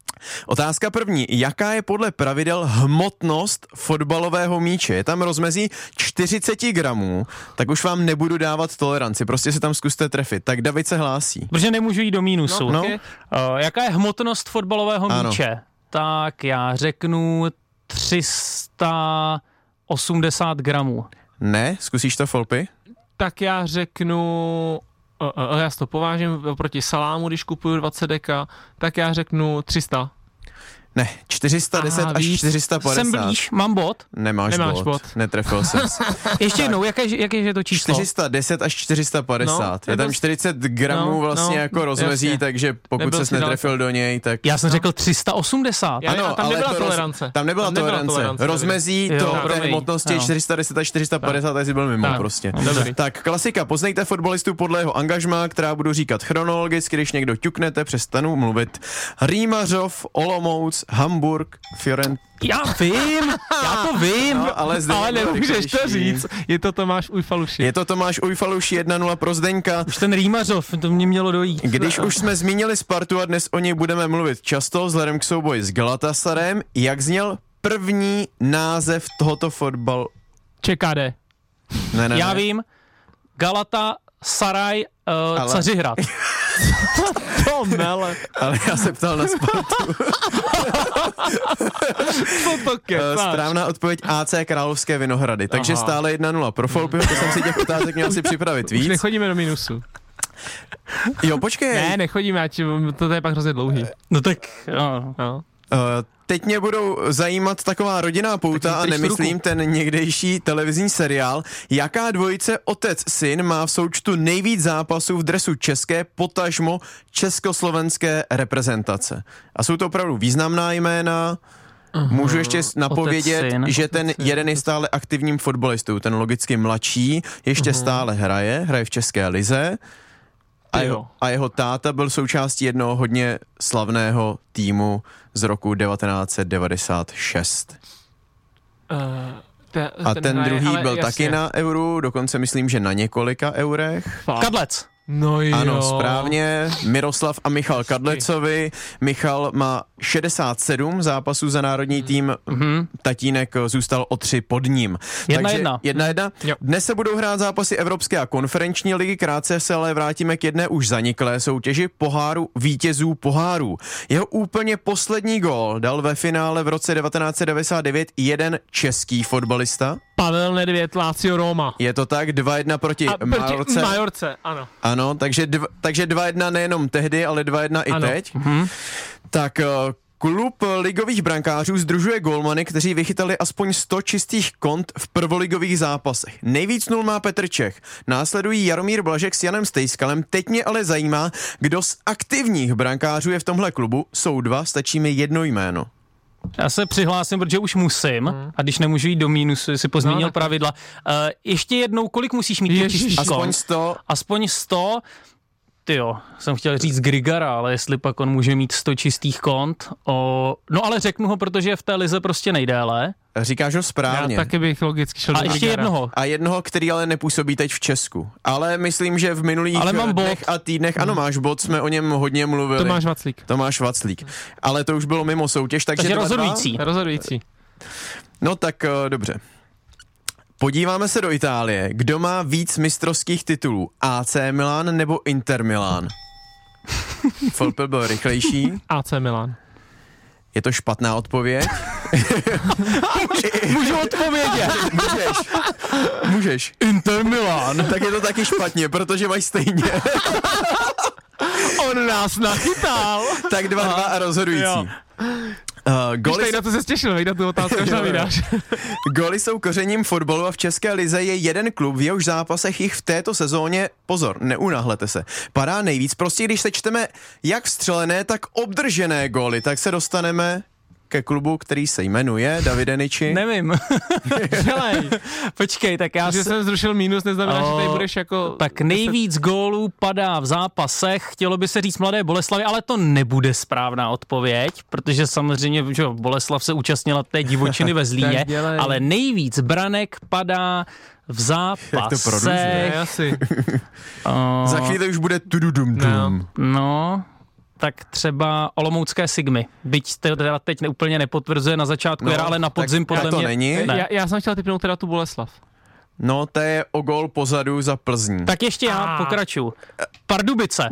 Otázka první. Jaká je podle pravidel hmotnost fotbalového míče? Je tam rozmezí čtyřicet gramů, tak už vám nebudu dávat toleranci, prostě se tam zkuste trefit. Tak David se hlásí. Protože nemůžu jít do mínusu. No, okay. uh, jaká je hmotnost fotbalového ano. míče? Tak já řeknu tři sta osmdesát gramů. Ne? Zkusíš to, Folpy? Tak já řeknu... já si to povážím oproti salámu, když kupuju dvacet deka, tak já řeknu tři sta. Ne, čtyři sta deset Aha, až čtyři sta padesát. Jsem blíž, mám bod? Nemáš, Nemáš bod. bod. Netrefil ses. Ještě jednou, jaké, jaké je to číslo? čtyři sta deset až čtyři sta padesát. No, je tam čtyřicet gramů no, vlastně no, jako rozmezí, jasně. Takže pokud Nebyl ses netrefil daleko. Do něj, tak... Já jsem no. řekl tři sta osmdesát. Ano, a tam nebyla roz... tolerance. Tam nebyla tam tolerance. Nebyla tolerance. Rozmezí jo, to té hmotnosti je čtyři sta deset až čtyři sta padesát, tak jsi byl mimo tak. Prostě. Dobrý. Tak klasika, poznejte fotbalistu podle jeho angažmá, která budu říkat chronologicky, když někdo ťuknete, přestanu mluvit. Rýmařov, Olomouc, Hamburg, Fiorent... Já vím, já to vím, no, ale, ale nemůžeš to říct. Je to Tomáš Ujfaluši. Je to Tomáš Ujfaluši, jedna nula pro Zdeňka. Už ten Rýmařov, to mě mělo dojít. Když už jsme zmínili Spartu a dnes o něj budeme mluvit často, vzhledem k souboji s Galatasarem, jak zněl první název tohoto fotbal... ČKD. Ne, ne, já ne. vím, Galata, Saraj, uh, ale... Cařihrad. To mele. Ale já se ptal na Spartu. Co to kecáš? Správná odpověď A C Královské Vinohrady. Takže Aha. stále jedna nula pro Folpyho, to jsem si těch otázek měl si připravit víc. Už nechodíme do minusu. Jo, počkej. Ne, nechodíme, ať to je pak hrozně dlouhý. No tak, jo. No. Uh, teď mě budou zajímat taková rodinná pouta a nemyslím ten někdejší televizní seriál. Jaká dvojice otec-syn má v součtu nejvíc zápasů v dresu české, potažmo československé reprezentace? A jsou to opravdu významná jména. Uh-huh. Můžu ještě napovědět, otec-syn, že ten otec-syn, jeden je stále aktivním fotbalistou, ten logicky mladší, ještě uh-huh. stále hraje, hraje v České lize. A jeho, a jeho táta byl součástí jednoho hodně slavného týmu z roku devatenáct set devadesát šest. Uh, te, a ten, ten hraje, druhý byl jasně. taky na euru, dokonce myslím, že na několika eurech. Fakt? Kadlec. No jo. Ano, správně. Miroslav a Michal Kadlecovi. Michal má šedesát sedm zápasů za národní tým, mm-hmm. tatínek zůstal o tři pod ním. Jedna Takže jedna. jedna, jedna. Dnes se budou hrát zápasy Evropské a konferenční ligy, krátce se ale vrátíme k jedné už zaniklé soutěži poháru vítězů pohárů. Jeho úplně poslední gól dal ve finále v roce devatenáct set devadesát devět jeden český fotbalista. Pavel Nedvěd, Lazio Roma. Je to tak, dva jedna proti, a, proti Majorce. Majorce, ano. Ano, takže, dv, takže dva jedna nejenom tehdy, ale dva jedna i ano. teď. Mhm. Tak klub ligových brankářů sdružuje gólmany, kteří vychytali aspoň sto čistých kont v prvoligových zápasech. Nejvíc nul má Petr Čech. Následují Jaromír Blažek s Janem Stejskalem. Teď mě ale zajímá, kdo z aktivních brankářů je v tomhle klubu. Jsou dva, stačí mi jedno jméno. Já se přihlásím, protože už musím, hmm. a když nemůžu jít do mínusu, si pozměnil no, pravidla. Uh, ještě jednou, kolik musíš mít těch čistých kont? Aspoň sto. Aspoň sto. Tyjo, jsem chtěl říct Grigara, ale jestli pak on může mít sto čistých kont. O, no ale řeknu ho, protože je v té lize prostě nejdéle. Říkáš ho správně. Já taky bych logicky šel a do ještě Grigara. jednoho. A jednoho, který ale nepůsobí teď v Česku. Ale myslím, že v minulých ale mám dnech bod. a týdnech, ano, máš bod, jsme o něm hodně mluvili. Tomáš Vaclík. Tomáš Vaclík. Ale to už bylo mimo soutěž, takže... Takže dva, rozhodující. Dva. Rozhodující. No tak uh, dobře. Podíváme se do Itálie. Kdo má víc mistrovských titulů? A C Milan nebo Inter Milan? Folpil byl rychlejší. A C Milan. Je to špatná odpověď. Můžu odpovědět. Můžeš. Můžeš. Inter Milan. Tak je to taky špatně, protože mají stejně. On nás nachytal. Tak dva, dva a rozhodující. Jo. Uh, goly... Víš, na to se stěšil, vejde tu otázku, až nám vydáš. Goly jsou kořením fotbalu a v České lize je jeden klub, v jehož zápasech jich v této sezóně, pozor, neunáhlete se, padá nejvíc. Prostě když sečteme jak vstřelené, tak obdržené góly, tak se dostaneme ke klubu, který se jmenuje Davide Niči. Nevím. Dělej. Počkej, tak já... Že se... jsem zrušil mínus, neznamená, o, že tady budeš jako... Tak nejvíc gólů padá v zápasech, chtělo by se říct Mladé Boleslavi, ale to nebude správná odpověď, protože samozřejmě, že Boleslav se účastnila té divočiny ve Zlíně, ale nejvíc branek padá v zápasech. Asi. o, Za chvíli už bude tududum dum. No... tak třeba Olomoucké Sigmy. Byť to teda teď úplně nepotvrzuje na začátku, no, ale na podzim podle to mě... není. Ne. Já, já jsem chtěl typnout teda tu Boleslav. No, to je o gól pozadu za Plzní. Tak ještě já ah. pokračuju. Pardubice.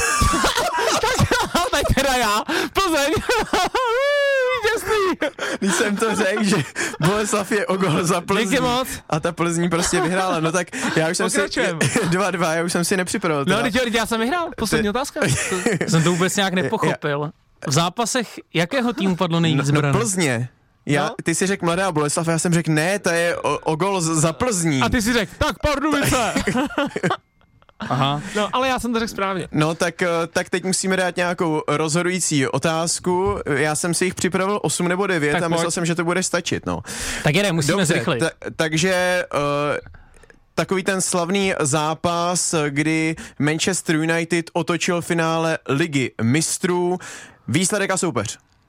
tak teda já. Plzeň. Vítězný. Když jsem to řekl, že Boleslav je o gól za Plzní. Díky moc. A ta Plzní prostě vyhrála. No tak já už jsem si... dva dva, já už jsem si nepřipravil. Teda. No, teď já jsem vyhrál. Poslední Ty... otázka. jsem to vůbec nějak nepochopil. V zápasech jakého týmu padlo nejvíc no, branek? No Plzně. Já, no? Ty si řekl Mladá Boleslav a já jsem řekl ne, to je o, o gól za Plzní. A ty si řekl, tak Pardubice. Aha. No, ale já jsem to řekl správně. No, tak, tak teď musíme dát nějakou rozhodující otázku. Já jsem si jich připravil osm nebo devět tak a myslel pojď. jsem, že to bude stačit, no. Tak jde, musíme Dobře, zrychlit. Ta, takže... Uh, takový ten slavný zápas, kdy Manchester United otočil finále Ligy mistrů. Výsledek a soupeř.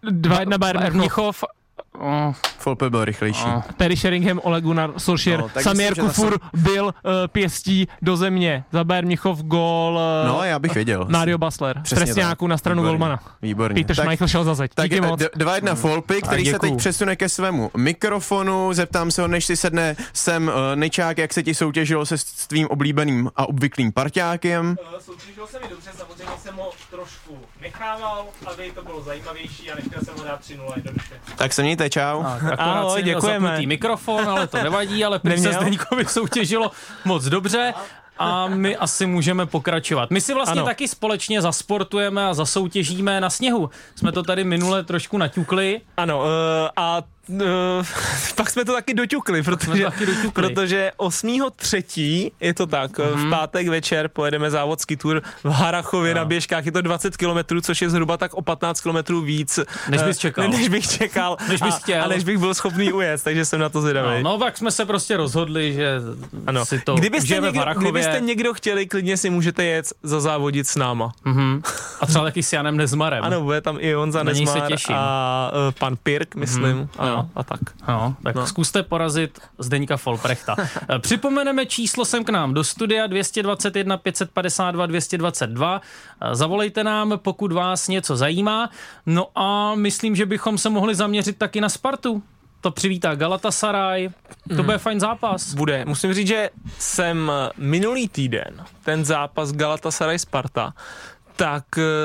dva jedna Bayern Mnichov. Oh. Folpe byl rychlejší. Oh. Terry Sheringham, Ole Gunnar Solskjaer, no, Samir Kufur zase... byl uh, pěstí do země. Za Bayern Mnichov gól uh, no, já bych věděl. Mario Basler. Trestňáků na stranu Výborně. golmana. Výborně. Peter Schmeichel šel za zeď. Tak dva jedna Folpy, který se teď přesune ke svému mikrofonu. Zeptám se ho, než si sedne sem uh, Nečák, jak se ti soutěžilo se s tvým oblíbeným a obvyklým parťákem? Uh, soutěžilo se mi dobře, samozřejmě jsem ho trošku nechával, aby to bylo zajímavější a nechtěl jsem ho dát tři nula jednoduše. Tak se mějte, čau. Ahoj, děkujeme. Mikrofon, ale to nevadí, ale prý se Zdeňkovi soutěžilo moc dobře a my asi můžeme pokračovat. My si vlastně ano. taky společně zasportujeme a zasoutěžíme na sněhu. Jsme to tady minule trošku naťukli. Ano, uh, a uh, pak jsme to taky doťukli, protože, taky doťukli. protože osmého třetího je to tak, mm-hmm. v pátek večer pojedeme závod ski tour v Harrachově no. na běžkách, je to dvacet kilometrů, což je zhruba tak o patnáct kilometrů víc. Než bys čekal. Než bych čekal než bys chtěl. A, a než bych byl schopný ujet, takže jsem na to zvědavý. No, no tak jsme se prostě rozhodli, že ano. si to kdybyste užijeme někdo, v Harrachově. Kdybyste někdo chtěli, klidně si můžete jet zazávodit s náma. Mm-hmm. A třeba taky s Janem Nezmarem. Ano, bude tam i Honza Nezmar a uh, pan Pirk, myslím. Mm-hmm. Ano, a tak. No, tak no. Zkuste porazit Zdeňka Folprechta. Připomeneme číslo sem k nám do studia dvě stě dvacet jedna pět set padesát dva dvě stě dvacet dva. Zavolejte nám, pokud vás něco zajímá. No a myslím, že bychom se mohli zaměřit taky na Spartu. To přivítá Galatasaray. To hmm. bude fajn zápas. Bude. Musím říct, že jsem minulý týden ten zápas Galatasaray Sparta, tak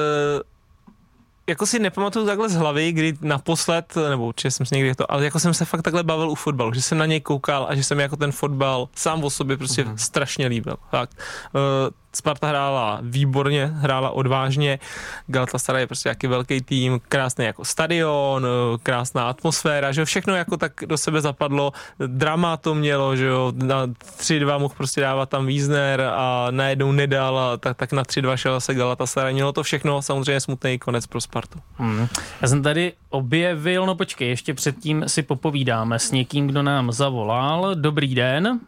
jako si nepamatuju takhle z hlavy, kdy naposled, nebo určitě jsem si někdy to, ale jako jsem se fakt takhle bavil u fotbalu, že jsem na něj koukal a že jsem jako ten fotbal sám o sobě prostě mm. strašně líbil. Fakt. Uh, Sparta hrála výborně, hrála odvážně, Galatasaray je prostě jaký velký tým, krásný jako stadion, krásná atmosféra, že všechno jako tak do sebe zapadlo, drama to mělo, že jo, na tři dva mohl prostě dávat tam Wiesner a najednou nedal a tak, tak na tři dva šel se Galatasaray, mělo to všechno, samozřejmě smutný konec pro Spartu. Hmm. Já jsem tady objevil, no počkej, ještě předtím si popovídáme s někým, kdo nám zavolal. Dobrý den.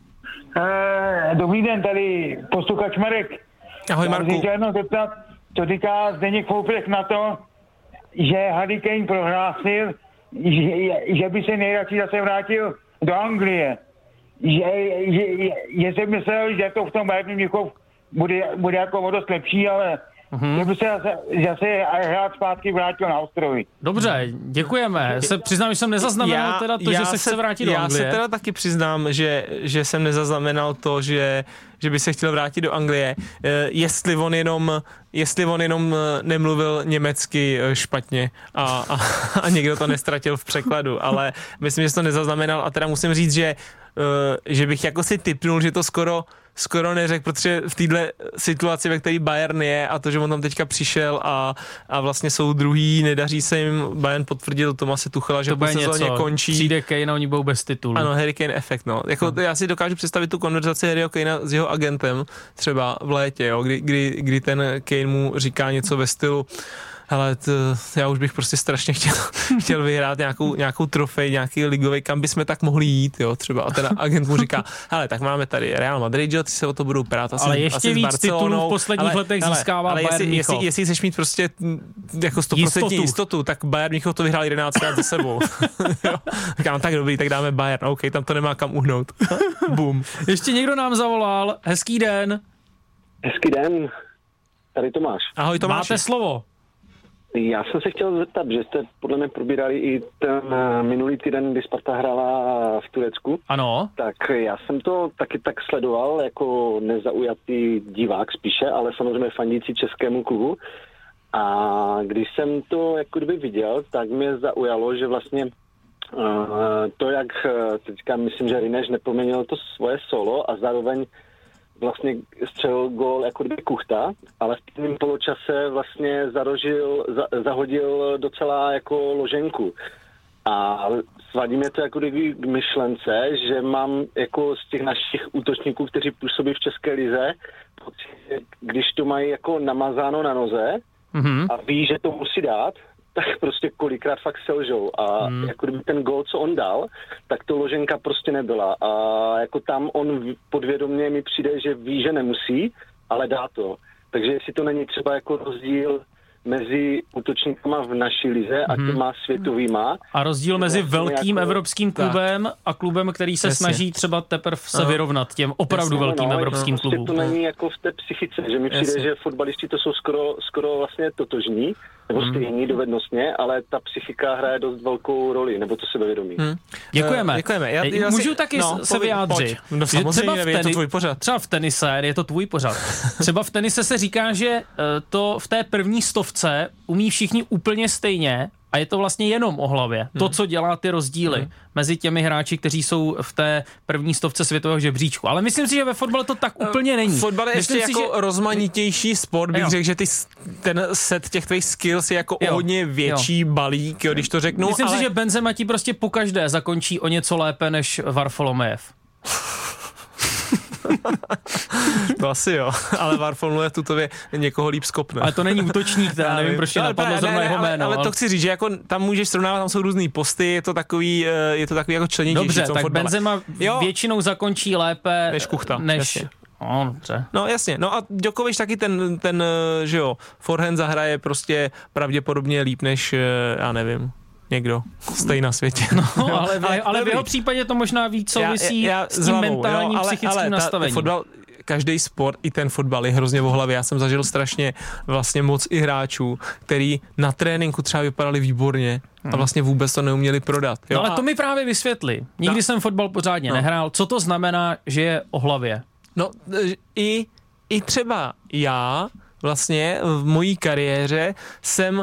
Uh, dobrý den, tady posluchač Marek. Ahoj Marku. Já jenom zeptat, co říká Zdeněk Folprech na to, že Harry Kane prohlásil, že, že by se nejradši zase vrátil do Anglie. Že, že, že jsem myslel, že to v tom Bayernu Mnichov bude, bude jako o dost lepší, ale mm-hmm. že by se zase, zase hrát zpátky vrátil na ostrovy. Dobře, děkujeme. Se přiznám, že jsem nezaznamenal já, teda to, že se, se chce vrátit do Anglie. Já se teda taky přiznám, že, že jsem nezaznamenal to, že, že by se chtěl vrátit do Anglie. E, jestli on jenom jestli on jenom nemluvil německy špatně a, a, a někdo to nestratil v překladu, ale myslím, že to nezaznamenal a teda musím říct, že, že bych jako si tipnul, že to skoro skoro neřekl, protože v této situaci, ve které Bayern je a to, že on tam teďka přišel a, a vlastně jsou druhý, nedaří se jim, Bayern potvrdil Tomase Tuchela, že to po sezóně končí. Přijde Kane a oni budou bez titulu. Ano, Harry Kane efekt, no. Jako, no. Já si dokážu představit tu konverzaci Harryho Kanea s jeho agentem třeba v létě, jo, kdy, kdy, kdy ten Kane mu říká něco ve stylu hele, to, já už bych prostě strašně chtěl, chtěl vyhrát nějakou, nějakou trofej, nějaký ligový, kam bychom tak mohli jít, jo, třeba. A ten agent mu říká, hele, tak máme tady Real Madrid, jo, ty se o to budou prát asi, ale ještě asi víc s Barcelonou. Titulů v posledních ale, letech získává ale, Bayern jestli, jestli, jestli chceš mít prostě jako sto procent jistotu. jistotu, tak Bayern Mnichov to vyhrál jedenáctkrát za sebou. Říkám, tak dobrý, tak dáme Bayern, OK, tam to nemá kam uhnout. Boom. Ještě někdo nám zavolal, hezký den. Hezký den, tady Tomáš. Ahoj Tomáš. Máte slovo. Já jsem se chtěl zeptat, že jste podle mě probírali i ten minulý týden, kdy Sparta hrála v Turecku. Ano. Tak já jsem to taky tak sledoval jako nezaujatý divák spíše, ale samozřejmě fandící českému klubu. A když jsem to jako kdyby viděl, tak mě zaujalo, že vlastně uh, to, jak teďka myslím, že Rineš neproměnil to svoje solo a zároveň vlastně střelil gól jako kdyby Kuchta, ale v prvním poločase vlastně zarožil, za, zahodil docela jako loženku. A svádí mě to jako kdyby k myšlence, že mám jako z těch našich útočníků, kteří působí v České lize, když to mají jako namazáno na noze mm-hmm. a ví, že to musí dát, tak prostě kolikrát fakt selžou a hmm. jako kdyby ten gól, co on dal, tak to loženka prostě nebyla a jako tam on podvědomě mi přijde, že ví, že nemusí, ale dá to. Takže jestli to není třeba jako rozdíl mezi útočníkama v naší lize a těma hmm. světovýma. A rozdíl mezi velkým jako, evropským klubem tak. a klubem, který se Jasně. snaží třeba teprve se vyrovnat těm opravdu Jasně, velkým no, evropským no, klubům. To není jako v té psychice, že mi přijde, Jasně. že fotbalisti to jsou skoro, skoro vlastně totožní, nebo hmm. stejní dovednostně, ale ta psychika hraje dost velkou roli, nebo to sebevědomí. Hmm. Děkujeme. Uh, děkujeme. Já, já Můžu si, taky no, se vyjádřit. No samozřejmě, teni- je to tvůj pořad. Třeba v tenise, je to tvůj pořad. Třeba v tenise se říká, že to v té první stovce umí všichni úplně stejně a je to vlastně jenom o hlavě. Hmm. To, co dělá ty rozdíly hmm. mezi těmi hráči, kteří jsou v té první stovce světového žebříčku. Ale myslím si, že ve fotbale to tak úplně není. Fotbal je myslím ještě si, jako že... rozmanitější sport, bych řekl, že ty, ten set těch tvých skills je jako jo. hodně větší jo. balík, jo, když to řeknu. Myslím ale... si, že Benzema ti prostě pokaždé zakončí o něco lépe než Varfolomejev. To asi jo, ale Varfolomejev tutově někoho líp skopne. Ale to není útočník, teda nevím, proč je napadlo zrovna jeho jméno. Ale, ale to chci říct, že jako tam můžeš srovnávat, tam jsou různý posty, je to takový, je to takový jako členější. Dobře, tak fotbale. Benzema jo. většinou zakončí lépe než Kuchta. Než... No, dobře. No jasně, no a Djokovic taky ten, ten, že jo, forehand zahraje prostě pravděpodobně líp než, já nevím, někdo stej na světě. No, ale, v, ale, ale v jeho případě to možná víc souvisí já, já, s tím hlavou, mentálním, jo, ale, psychickým ale nastavením. Fotbal, každý sport, i ten fotbal je hrozně o hlavě. Já jsem zažil strašně vlastně moc i hráčů, který na tréninku třeba vypadali výborně a vlastně vůbec to neuměli prodat. Jo? No ale to mi právě vysvětli. Nikdy no. jsem fotbal pořádně no. nehrál. Co to znamená, že je o hlavě? No i, i třeba já vlastně v mojí kariéře jsem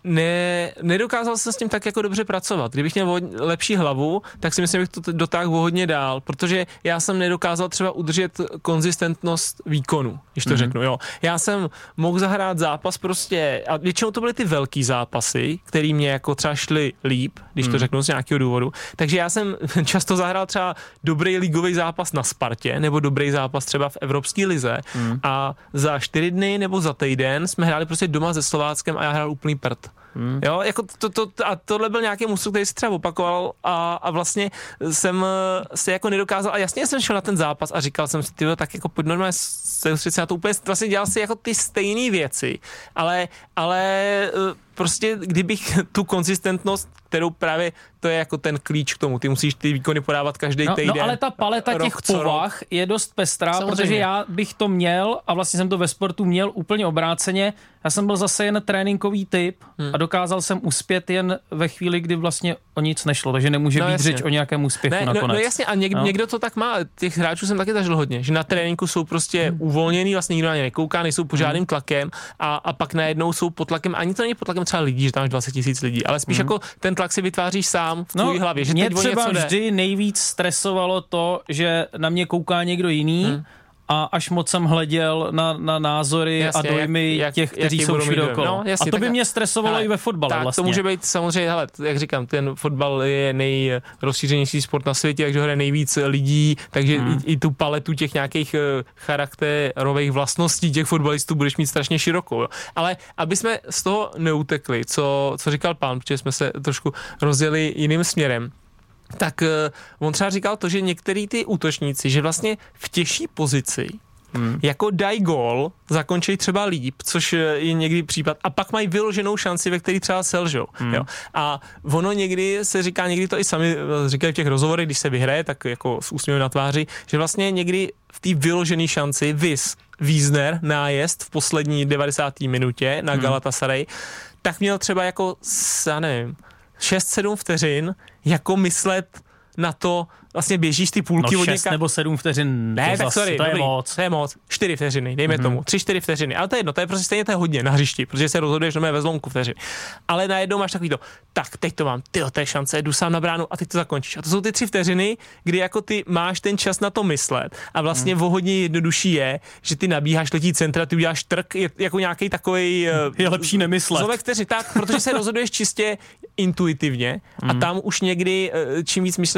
ne, nedokázal jsem s tím tak jako dobře pracovat. Kdybych měl lepší hlavu, tak si myslím, že bych to dotáhl o hodně dál, protože já jsem nedokázal třeba udržet konzistentnost výkonu, když to mm-hmm. řeknu, jo. Já jsem mohl zahrát zápas prostě, a většinou to byly ty velký zápasy, který mě jako třeba šly líp, když mm. to řeknu z nějakého důvodu. Takže já jsem často zahrál třeba dobrý ligový zápas na Spartě, nebo dobrý zápas třeba v Evropské lize mm. a za čtyři dny nebo za týden jsme hráli prostě doma se Slováckem a já hrál úplný prd. Hmm. Jo, jako to, to, a tohle byl nějaký musul, který se třeba opakoval a, a vlastně jsem se jako nedokázal a jasně jsem šel na ten zápas a říkal jsem si, tyjo, tak jako pojď normálně se na to úplně, vlastně dělal si jako ty stejné věci, ale, ale prostě kdybych tu konzistentnost, kterou právě to je jako ten klíč k tomu, ty musíš ty výkony podávat každý no, týden. No ale ta paleta rok, těch povah je dost pestrá, samozřejmě. Protože já bych to měl a vlastně jsem to ve sportu měl úplně obráceně. Já jsem byl zase jen tréninkový typ hmm. a dokázal jsem uspět jen ve chvíli, kdy vlastně o nic nešlo, takže nemůže no, být jasně. řeč o nějakém úspěchu ne, nakonec. No, no jasně a něk, no. někdo to tak má, těch hráčů jsem taky zažil hodně, že na tréninku jsou prostě hmm. uvolněný, vlastně nikdo na ně nekouká, nejsou pod žádným tlakem a, a pak najednou jsou pod tlakem, ani to není pod tlakem třeba lidí, že tam máš dvacet tisíc lidí, ale spíš hmm. jako ten tlak si vytváříš sám v tvůj no, hlavě, že mě teď třeba něco vždy nejvíc stresovalo to, že na mě kouká někdo jiný hmm. a až moc jsem hleděl na, na názory jasně, a dojmy jak, těch, jak, kteří jsou všude okolo. No, jasně, a to by tak, mě stresovalo ale, i ve fotbale tak, vlastně. To může být samozřejmě, hele, jak říkám, ten fotbal je nejrozšířenější sport na světě, takže hraje nejvíc lidí, takže hmm. i, i tu paletu těch nějakých charakterových vlastností těch fotbalistů budeš mít strašně širokou. Jo. Ale aby jsme z toho neutekli, co, co říkal pán, protože jsme se trošku rozjeli jiným směrem, tak on třeba říkal to, že některý ty útočníci, že vlastně v těžší pozici hmm. jako dají gól, zakončí třeba líp, což je někdy případ, a pak mají vyloženou šanci, ve který třeba selžou. Hmm. Jo. A ono někdy se říká, někdy to i sami říkají v těch rozhovorech, když se vyhraje, tak jako s úsměvem na tváři, že vlastně někdy v té vyložené šanci vis Wiesner nájezd v poslední devadesáté minutě na hmm. Galatasaray, tak měl třeba jako, já nevím, šest sedm vteřin jako myslet na to, vlastně běžíš ty půlky no od šest nebo sedm vteřin, ne, to, tak zase, sorry, to je dobrý, moc. To je moc. čtyři vteřiny, dejme mm-hmm. tomu. tři čtyři vteřiny. Ale to je jedno, to je prostě stejně to je hodně na hřišti, protože se rozhoduješ no ve zlomku vteřin. Ale najednou máš takový to, tak teď to mám, tyjo, to je šance, jdu sám na bránu a teď to zakončíš. A to jsou ty tři vteřiny, kdy jako ty máš ten čas na to myslet. A vlastně mm. o hodně jednodušší je, že ty nabíháš letí centra, ty uděláš trk, je jako nějaký takový je lepší nemyslet. Zlomek vteřin, tak, protože se rozhoduješ čistě intuitivně mm. a tam už někdy čím víc myšlenek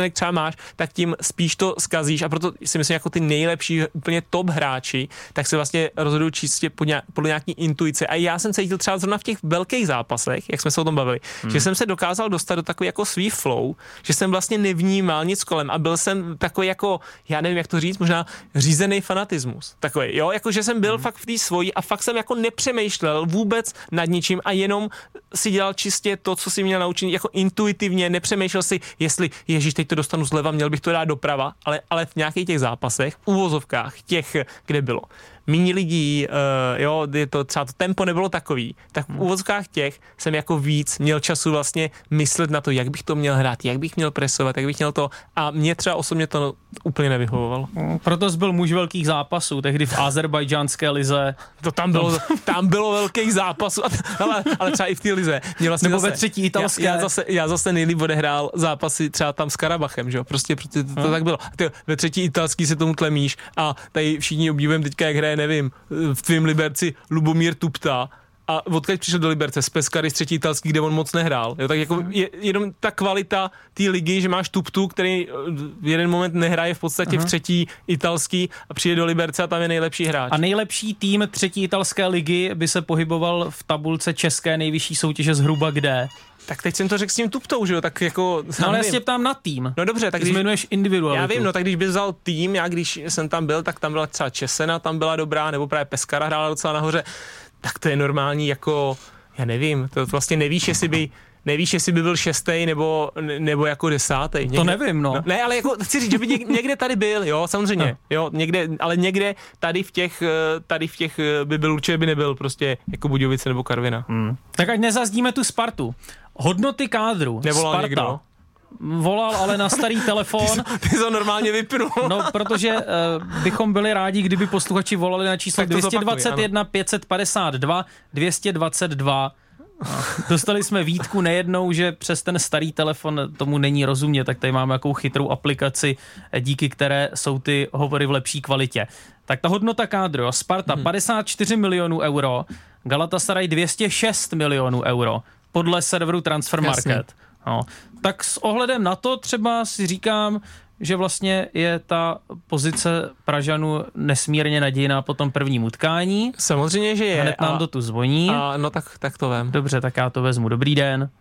myšlenek třeba máš, tak tím spíš to zkazíš a proto si myslím, jako ty nejlepší úplně top hráči, tak se vlastně rozhodují čistě podle nějaký intuice. A já jsem cítil třeba zrovna v těch velkých zápasech, jak jsme se o tom bavili, hmm. že jsem se dokázal dostat do takový jako svý flow, že jsem vlastně nevnímal nic kolem a byl jsem takový jako, já nevím, jak to říct, možná řízený fanatismus. Takový, jo, jako že jsem byl hmm. fakt v té svojí a fakt jsem jako nepřemýšlel vůbec nad ničím a jenom si dělal čistě to, co si měl naučit, jako intuitivně, nepřemýšlel si, jestli ježíš, teď to dostanu zleva, měl bych to dát doprava, ale, ale v nějakých těch zápasech, v uvozovkách, těch, kde bylo míň lidí, uh, jo, je to, třeba to tempo nebylo takový, tak v uvozovkách těch jsem jako víc měl času vlastně myslet na to, jak bych to měl hrát, jak bych měl presovat, jak bych měl to a mě třeba osobně to úplně nevyhovovalo. Proto jsi byl muž velkých zápasů, tehdy v azerbajdžánské lize. To tam bylo, tam bylo velkých zápasů, ale, ale třeba i v té lize. Mě vlastně Nebo zase, ve třetí italské. Já, já, zase, já zase nejlíp odehrál zápasy třeba tam s Karabachem, že jo, prostě, prostě to, to hmm. tak bylo. Ty, ve třetí italský se tomu tlemíš a tady všichni obdivujeme teďka, jak hraje, nevím, v tvým Liberci Lubomír Tupta a odkud přišel do Liberce z Pescary z třetí italský, kde on moc nehrál. Jo, tak jako je, jenom ta kvalita té ligy, že máš Tuptu, který v jeden moment nehraje v podstatě uh-huh. v třetí italský a přijde do Liberce a tam je nejlepší hráč. A nejlepší tým třetí italské ligy by se pohyboval v tabulce české nejvyšší soutěže zhruba kde? Tak teď jsem to řekl s tím Tuptou, že jo, tak jako... No ale já se ptám na tým. No dobře, tak když... Jmenuješ individualitu. Já vím, no tak když by vzal tým, já když jsem tam byl, tak tam byla třeba Česena, tam byla dobrá, nebo právě Pescara hrála docela nahoře, tak to je normální jako, já nevím, to vlastně nevíš, jestli by... Nevíš, jestli by byl šestý nebo, nebo jako desátý. To nevím, no. no. Ne, ale jako chci říct, že by někde tady byl, jo, samozřejmě, no. jo, někde, ale někde tady v těch, tady v těch by byl určitě by nebyl prostě jako Budějovice nebo Karviná. Hmm. Tak ať nezazdíme tu Spartu. Hodnoty kádru. Nevolal Sparta. někdo? Volal, ale na starý telefon. Ty jsi to normálně vypnul. No, protože uh, bychom byli rádi, kdyby posluchači volali na číslo dvě stě dvacet jedna pět set padesát dva dvě stě dvacet dva. No, dostali jsme výtku nejednou, že přes ten starý telefon tomu není rozumět, tak tady máme jakou chytrou aplikaci, díky které jsou ty hovory v lepší kvalitě. Tak ta hodnota kádru, jo, Sparta hmm. padesát čtyři milionů euro, Galatasaray dvě stě šest milionů euro, podle serveru Transfermarkt. No, tak s ohledem na to třeba si říkám, že vlastně je ta pozice Pražanů nesmírně nadějná po tom prvním utkání. Samozřejmě, že je. Hned nám to tu zvoní. A, no tak, tak to vem. Dobře, tak já to vezmu. Dobrý den.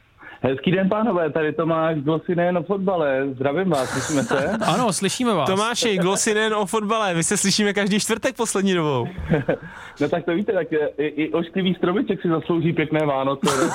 Hezký den, pánové, tady Tomáš, Glosy nejen o fotbale. Zdravím vás, slyšíme se? Ano, slyšíme vás. Tomáši, Glosy nejen o fotbale, my se slyšíme každý čtvrtek poslední dobou. No tak to víte, tak i, i ošklivý stromeček si zaslouží pěkné Vánoce.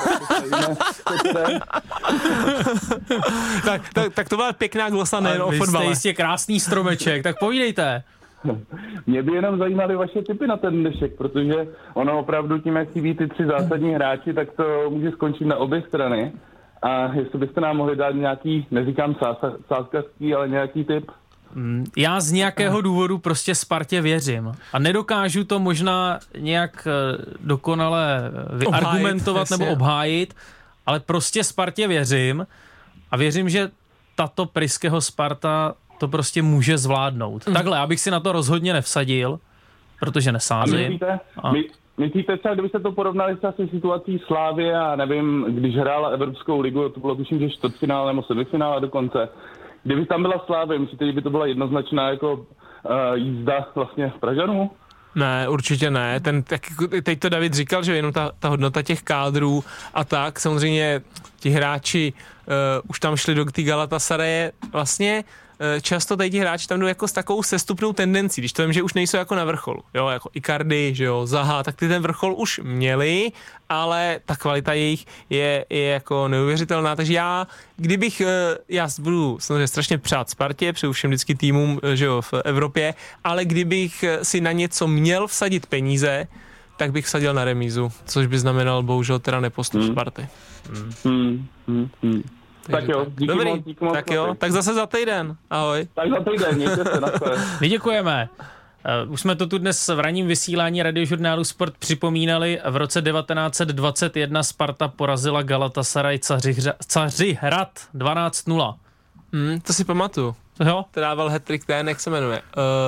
tak, tak, tak to byla pěkná glosa nejen o fotbale. Vy jste jistě krásný stromeček, tak povídejte. Mě by jenom zajímaly vaše tipy na ten dnešek, protože ono opravdu tím, jak chybí ty tři zásadní hráči, tak to může skončit na obě strany. A jestli byste nám mohli dát nějaký, neříkám sázkařský, ale nějaký tip? Já z nějakého důvodu prostě Spartě věřím. A nedokážu to možná nějak dokonale vyargumentovat nebo obhájit, ale prostě Spartě věřím a věřím, že tato Pryského Sparta to prostě může zvládnout. Mm. Takhle, abych si na to rozhodně nevsadil, protože nesázím. A myslíte, a... My, myslíte třeba, kdybyste to porovnali třeba se situací Slávie a nevím, když hrála Evropskou ligu, to bylo tuším, že čtvrtfinále nebo semifinále dokonce, kdyby tam byla Slávie, myslíte, že by to byla jednoznačná jako uh, jízda vlastně Pražanů? Ne, určitě ne. Ten, tak, teď to David říkal, že jenom ta, ta hodnota těch kádrů a tak, samozřejmě ti hráči uh, už tam šli do té Galatasaraje vlastně často tady ti hráči tam jdou jako s takovou sestupnou tendencí, když to vím, že už nejsou jako na vrcholu, jo, jako Icardi, že jo, Zaha, tak ty ten vrchol už měli, ale ta kvalita jejich je, je jako neuvěřitelná, takže já, kdybych, já budu samozřejmě strašně přát Spartě, přeju všem vždycky týmům, že jo, v Evropě, ale kdybych si na něco měl vsadit peníze, tak bych vsadil na remízu, což by znamenal bohužel teda nepostup hmm. Sparty. Hmm. Hmm. Hmm. Hmm. Tak jo, díky Dobrý, moc, díky moc, tak jo, tak zase za týden, ahoj. Tak za týden, mějte se, naschle. My děkujeme. Uh, už jsme to tu dnes v ranním vysílání Radiožurnálu Sport připomínali. V roce devatenáct set dvacet jedna Sparta porazila Galatasaray Cařihrad dvanáct nula. Hmm, to si pamatuju. Jo? To dával hat-trick ten, jak se jmenuje?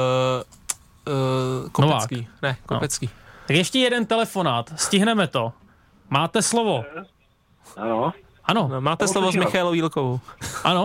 Uh, uh, Kopecký. Novák. Ne, Kopecký. No. Tak ještě jeden telefonát, stihneme to. Máte slovo. Ano. Ano. No, máte ano, slovo s Michailou Jílkovou. Ano.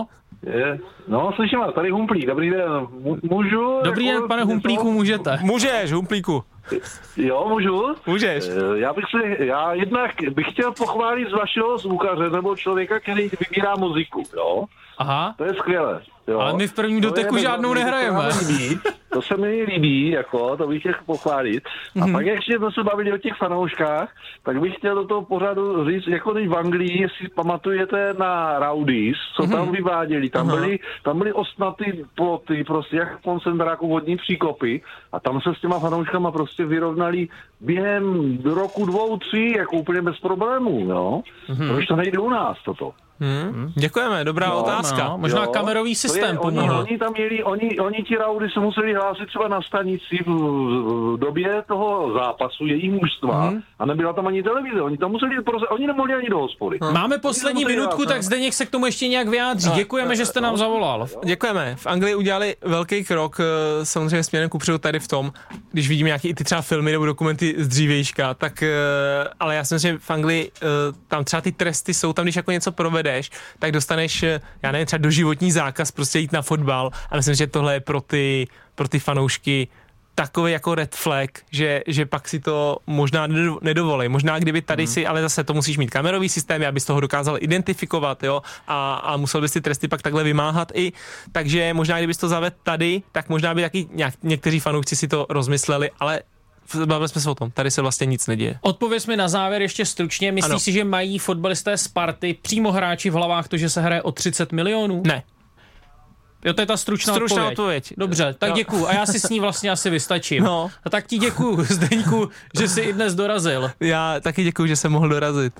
Je. No, slyším vás, tady Humplík, dobrý den, můžu? Dobrý den, jako, pane Humplíku, můžete. Můžeš, Humplíku. Jo, můžu? Můžeš. Já bych si, já jednak bych chtěl pochválit z vašeho zvukaře nebo člověka, který vybírá muziku, jo? Aha. To je skvělé. Jo. Ale my v prvním doteku žádnou nehrajeme. To, líbí, to se mi líbí, jako, to bych chtěl pochválit. A mm-hmm. pak, jak jsme se bavili o těch fanouškách, tak bych chtěl do toho pořadu říct, jako teď v Anglii, jestli pamatujete na Rowdies, co mm-hmm. tam vyváděli, tam uh-huh. byly, tam byly ostnaty ploty, prostě jak v koncentráku vodní příkopy a tam se s těma fanouškama prostě vyrovnali během roku, dvou, tří, jako úplně bez problémů, jo. Mm-hmm. Proč to nejde u nás, toto? Hmm. Děkujeme, dobrá no, otázka. No, možná jo. kamerový systém pomohl. Oni, oni tam měli, oni, oni ti Rowdy se museli hlásit třeba na stanici v, v době toho zápasu jejich mužstva hmm. a nebyla tam ani televize. Oni tam museli, oni nemohli ani do hospody. Hmm. Máme poslední minutku, hlásit. Tak Zdeněk se k tomu ještě nějak vyjádří. No, Děkujeme, no, že jste nám no, zavolal. Děkujeme. V Anglii udělali velký krok, samozřejmě směrem kupředu tady v tom, když vidíme nějaký i ty třeba filmy nebo dokumenty z dřívejška, tak ale já si myslím, že v Anglii tam třeba ty tresty jsou tam, když jako něco provede, tak dostaneš, já nevím, třeba doživotní zákaz prostě jít na fotbal a myslím, že tohle je pro ty, pro ty fanoušky takový jako red flag, že, že pak si to možná nedovolí. Možná kdyby tady hmm. si, ale zase to musíš mít kamerový systém, abys toho dokázal identifikovat, jo, a, a musel bys ty tresty pak takhle vymáhat i, takže možná kdybys to zavedl tady, tak možná by taky nějak, někteří fanoušci si to rozmysleli, ale bavili jsme se o tom, tady se vlastně nic neděje. Odpověz mi na závěr ještě stručně. Myslíš ano. si, že mají fotbalisté Sparty přímo hráči v hlavách to, že se hraje o třicet milionů? Ne. Jo, to je ta stručná, stručná odpověď. odpověď. Dobře, tak děkuju. A já si s ní vlastně asi vystačím. No. A tak ti děkuju, Zdeňku, že jsi i dnes dorazil. Já taky děkuju, že jsem mohl dorazit.